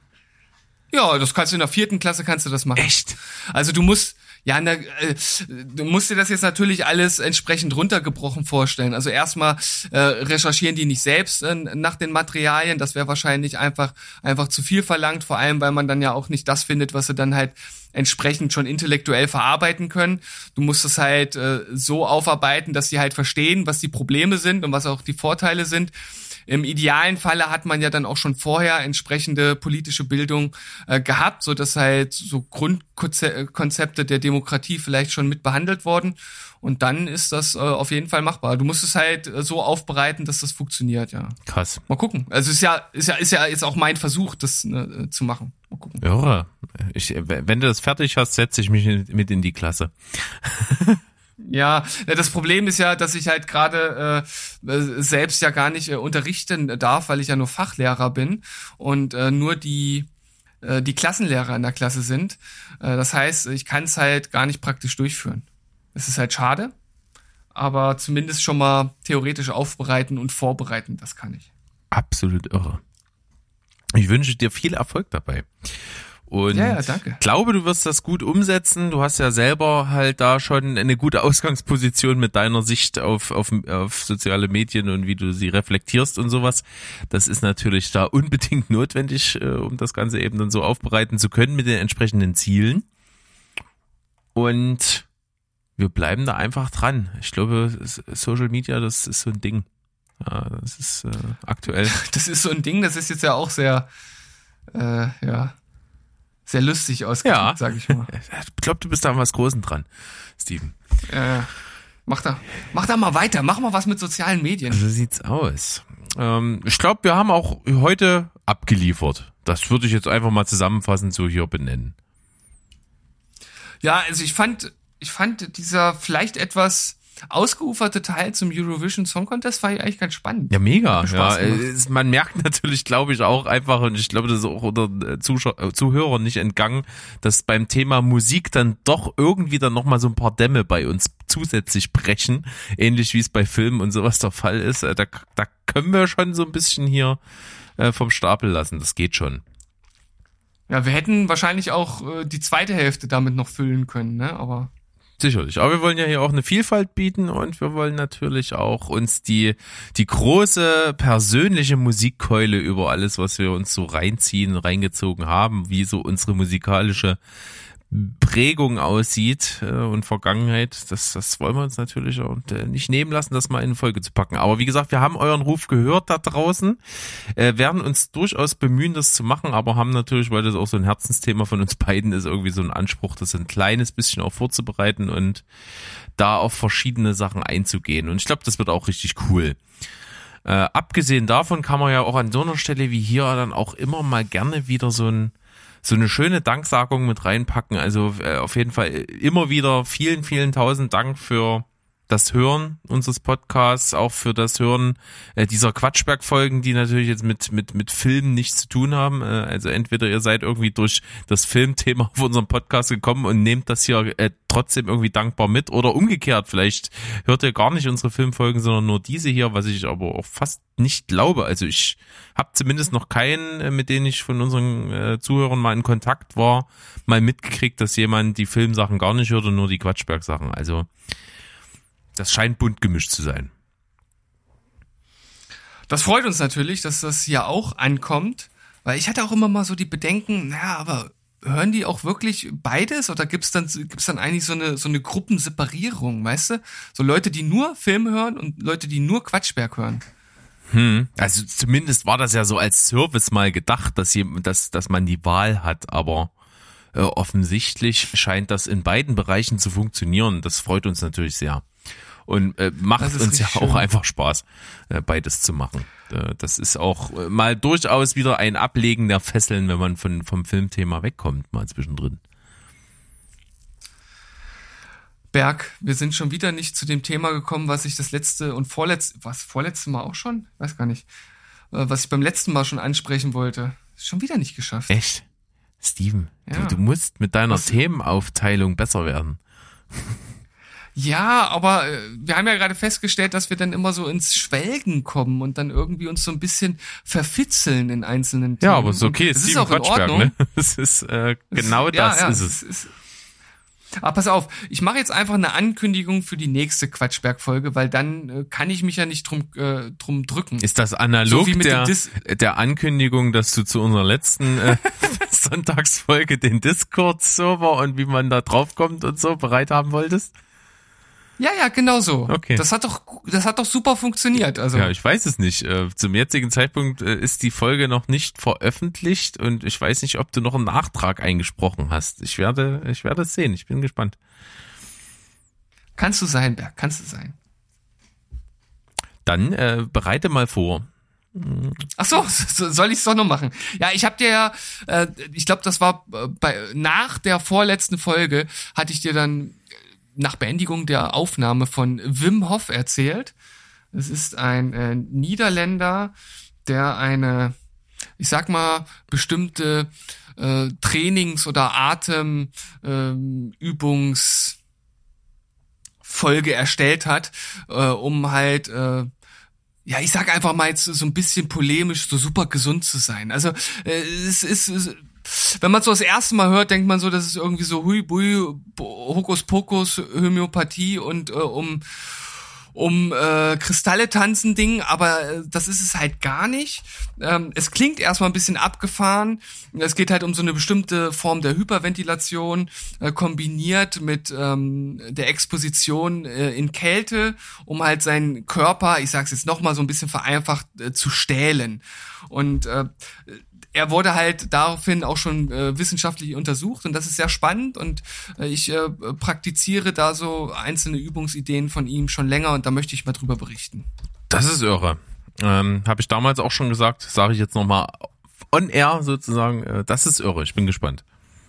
Ja, das kannst du in der vierten Klasse kannst du das machen. Echt? Also du musst, ja, na, äh, du musst dir das jetzt natürlich alles entsprechend runtergebrochen vorstellen. Also erstmal äh, recherchieren die nicht selbst äh, nach den Materialien. Das wäre wahrscheinlich einfach einfach zu viel verlangt, vor allem weil man dann ja auch nicht das findet, was sie dann halt entsprechend schon intellektuell verarbeiten können. Du musst es halt äh, so aufarbeiten, dass sie halt verstehen, was die Probleme sind und was auch die Vorteile sind. Im idealen Falle hat man ja dann auch schon vorher entsprechende politische Bildung äh, gehabt, so dass halt so Grundkonzepte der Demokratie vielleicht schon mit behandelt wurden. Und dann ist das äh, auf jeden Fall machbar. Du musst es halt äh, so aufbereiten, dass das funktioniert, ja. Krass. Mal gucken. Also ist ja ist ja ist ja jetzt auch mein Versuch, das äh, zu machen. Mal gucken. Ja, ich, wenn du das fertig hast, setze ich mich mit in die Klasse. Ja, das Problem ist ja, dass ich halt gerade äh, selbst ja gar nicht äh, unterrichten darf, weil ich ja nur Fachlehrer bin und äh, nur die äh, die Klassenlehrer in der Klasse sind. Äh, das heißt, ich kann es halt gar nicht praktisch durchführen. Es ist halt schade, aber zumindest schon mal theoretisch aufbereiten und vorbereiten, das kann ich. Absolut irre. Ich wünsche dir viel Erfolg dabei. Und ja, ja, danke. glaube, du wirst das gut umsetzen. Du hast ja selber halt da schon eine gute Ausgangsposition mit deiner Sicht auf, auf, auf soziale Medien und wie du sie reflektierst und sowas. Das ist natürlich da unbedingt notwendig, um das Ganze eben dann so aufbereiten zu können mit den entsprechenden Zielen. Und wir bleiben da einfach dran. Ich glaube, Social Media, das ist so ein Ding. Ja, das ist äh, aktuell. Das ist so ein Ding, das ist jetzt ja auch sehr, äh, ja... sehr lustig ausgedrückt, ja, sag ich mal. Ich glaube, du bist da an was Großem dran, Steven. Äh, mach da, mach da mal weiter, mach mal was mit sozialen Medien. So sieht's aus. Ähm, ich glaube, wir haben auch heute abgeliefert. Das würde ich jetzt einfach mal zusammenfassend so hier benennen. Ja, also ich fand, ich fand dieser vielleicht etwas ausgeuferte Teil zum Eurovision Song Contest war eigentlich ganz spannend. Ja, mega. Ja, es, man merkt natürlich, glaube ich, auch einfach, und ich glaube, das ist auch unter Zuschauer, Zuhörern nicht entgangen, dass beim Thema Musik dann doch irgendwie dann nochmal so ein paar Dämme bei uns zusätzlich brechen, ähnlich wie es bei Filmen und sowas der Fall ist. Da, da können wir schon so ein bisschen hier äh, vom Stapel lassen, das geht schon. Ja, wir hätten wahrscheinlich auch äh, die zweite Hälfte damit noch füllen können, ne, aber... Sicherlich, aber wir wollen ja hier auch eine Vielfalt bieten und wir wollen natürlich auch uns die die große persönliche Musikkeule über alles, was wir uns so reinziehen, reingezogen haben, wie so unsere musikalische Prägung aussieht äh, und Vergangenheit, das, das wollen wir uns natürlich auch nicht nehmen lassen, das mal in eine Folge zu packen. Aber wie gesagt, wir haben euren Ruf gehört da draußen, äh, werden uns durchaus bemühen, das zu machen, aber haben natürlich, weil das auch so ein Herzensthema von uns beiden ist, irgendwie so ein Anspruch, das ein kleines bisschen auch vorzubereiten und da auf verschiedene Sachen einzugehen. Und ich glaube, das wird auch richtig cool. Äh, abgesehen davon kann man ja auch an so einer Stelle wie hier dann auch immer mal gerne wieder so ein so eine schöne Danksagung mit reinpacken. Also äh, auf jeden Fall immer wieder vielen, vielen tausend Dank für das Hören unseres Podcasts, auch für das Hören äh, dieser Quatschberg-Folgen, die natürlich jetzt mit mit mit Filmen nichts zu tun haben. Äh, also entweder ihr seid irgendwie durch das Filmthema auf unseren Podcast gekommen und nehmt das hier äh, trotzdem irgendwie dankbar mit, oder umgekehrt, vielleicht hört ihr gar nicht unsere Filmfolgen, sondern nur diese hier, was ich aber auch fast nicht glaube. Also ich habe zumindest noch keinen, äh, mit denen ich von unseren äh, Zuhörern mal in Kontakt war, mal mitgekriegt, dass jemand die Filmsachen gar nicht hört und nur die Quatschberg-Sachen. Also das scheint bunt gemischt zu sein. Das freut uns natürlich, dass das hier auch ankommt, weil ich hatte auch immer mal so die Bedenken, naja, aber hören die auch wirklich beides oder gibt's dann gibt's dann eigentlich so eine so eine Gruppenseparierung, weißt du? So Leute, die nur Film hören und Leute, die nur Quatschberg hören. Hm, also zumindest war das ja so als Service mal gedacht, dass, dass, dass man die Wahl hat, aber äh, offensichtlich scheint das in beiden Bereichen zu funktionieren. Das freut uns natürlich sehr. Und äh, macht uns ja auch schön. Einfach Spaß, äh, beides zu machen. Äh, das ist auch äh, mal durchaus wieder ein Ablegen der Fesseln, wenn man von vom Filmthema wegkommt, mal zwischendrin. Berg, wir sind schon wieder nicht zu dem Thema gekommen, was ich das letzte und vorletzte, was, vorletzte Mal auch schon? Weiß gar nicht. Äh, was ich beim letzten Mal schon ansprechen wollte. Schon wieder nicht geschafft. Echt? Steven, ja. du, du musst mit deiner was? Themenaufteilung besser werden. Ja, aber äh, wir haben ja gerade festgestellt, dass wir dann immer so ins Schwelgen kommen und dann irgendwie uns so ein bisschen verfitzeln in einzelnen Themen. Ja, aber ist okay, es ist auch in Ordnung. Ne? Das ist äh, genau es, das ja, ja, ist es. es ist, aber pass auf, ich mache jetzt einfach eine Ankündigung für die nächste Quatschberg-Folge, weil dann äh, kann ich mich ja nicht drum äh, drum drücken. Ist das analog so der, der Ankündigung, dass du zu unserer letzten äh, Sonntagsfolge den Discord-Server und wie man da draufkommt und so bereit haben wolltest? Ja, ja, genau so. Okay. Das hat doch, das hat doch super funktioniert. Also. Ja, ich weiß es nicht. Zum jetzigen Zeitpunkt ist die Folge noch nicht veröffentlicht und ich weiß nicht, ob du noch einen Nachtrag eingesprochen hast. Ich werde, ich werde es sehen. Ich bin gespannt. Kannst du sein, Berg, kannst du sein. Dann äh, bereite mal vor. Ach so, soll ich es doch noch machen? Ja, ich habe dir ja, äh, ich glaube, das war bei nach der vorletzten Folge hatte ich dir dann nach Beendigung der Aufnahme von Wim Hof erzählt. Es ist ein äh, Niederländer, der eine, ich sag mal, bestimmte äh, Trainings- oder Atemübungsfolge äh, erstellt hat, äh, um halt, äh, ja, ich sag einfach mal jetzt so ein bisschen polemisch, so super gesund zu sein. Also äh, es ist... Es, wenn man so das erste Mal hört, denkt man so, das ist irgendwie so hui, bui, Hokuspokus, Homöopathie und äh, um um äh, Kristalle tanzen Ding, aber äh, das ist es halt gar nicht. Ähm, es klingt erstmal ein bisschen abgefahren. Es geht halt um so eine bestimmte Form der Hyperventilation, äh, kombiniert mit ähm, der Exposition äh, in Kälte, um halt seinen Körper, ich sag's jetzt nochmal so ein bisschen vereinfacht, äh, zu stählen. Und äh, er wurde halt daraufhin auch schon äh, wissenschaftlich untersucht und das ist sehr spannend und äh, ich äh, praktiziere da so einzelne Übungsideen von ihm schon länger und da möchte ich mal drüber berichten. Das ist irre. Ähm, habe ich damals auch schon gesagt, sage ich jetzt nochmal on air sozusagen, äh, das ist irre, ich bin gespannt.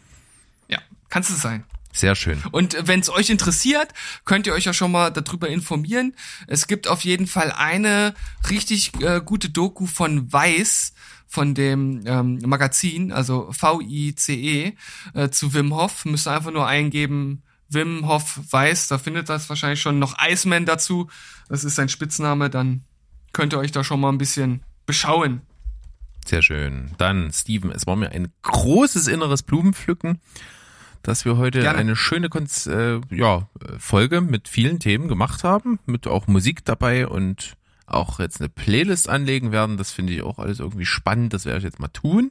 Ja, kannst es sein. Sehr schön. Und wenn es euch interessiert, könnt ihr euch ja schon mal darüber informieren. Es gibt auf jeden Fall eine richtig äh, gute Doku von Weiß, von dem ähm, Magazin, also V I C E, äh, zu Wim Hof. Müsst ihr einfach nur eingeben, Wim Hof Weiß, da findet das wahrscheinlich schon noch Iceman dazu. Das ist sein Spitzname, dann könnt ihr euch da schon mal ein bisschen beschauen. Sehr schön. Dann, Steven, es war mir ein großes inneres Blumenpflücken, dass wir heute Gerne. eine schöne Konz- äh, ja, Folge mit vielen Themen gemacht haben, mit auch Musik dabei und auch jetzt eine Playlist anlegen werden. Das finde ich auch alles irgendwie spannend. Das werde ich jetzt mal tun.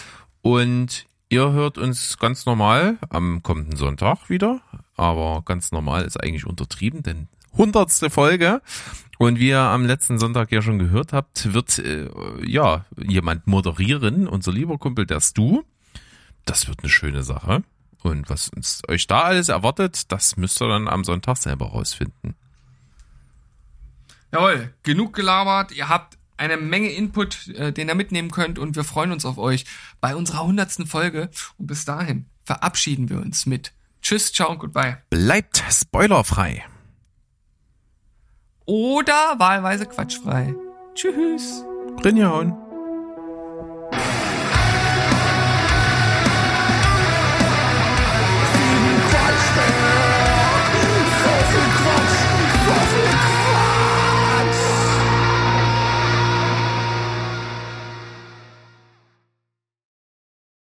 Und ihr hört uns ganz normal am kommenden Sonntag wieder. Aber ganz normal ist eigentlich untertrieben, denn hundertste Folge. Und wie ihr am letzten Sonntag ja schon gehört habt, wird äh, ja jemand moderieren. Unser lieber Kumpel, der Stu. Das wird eine schöne Sache. Und was uns euch da alles erwartet, das müsst ihr dann am Sonntag selber rausfinden. Jawohl, genug gelabert. Ihr habt eine Menge Input, äh, den ihr mitnehmen könnt und wir freuen uns auf euch bei unserer hundertsten Folge. Und bis dahin verabschieden wir uns mit Tschüss, ciao und goodbye. Bleibt spoilerfrei. Oder wahlweise quatschfrei. Tschüss. Rinjahauen.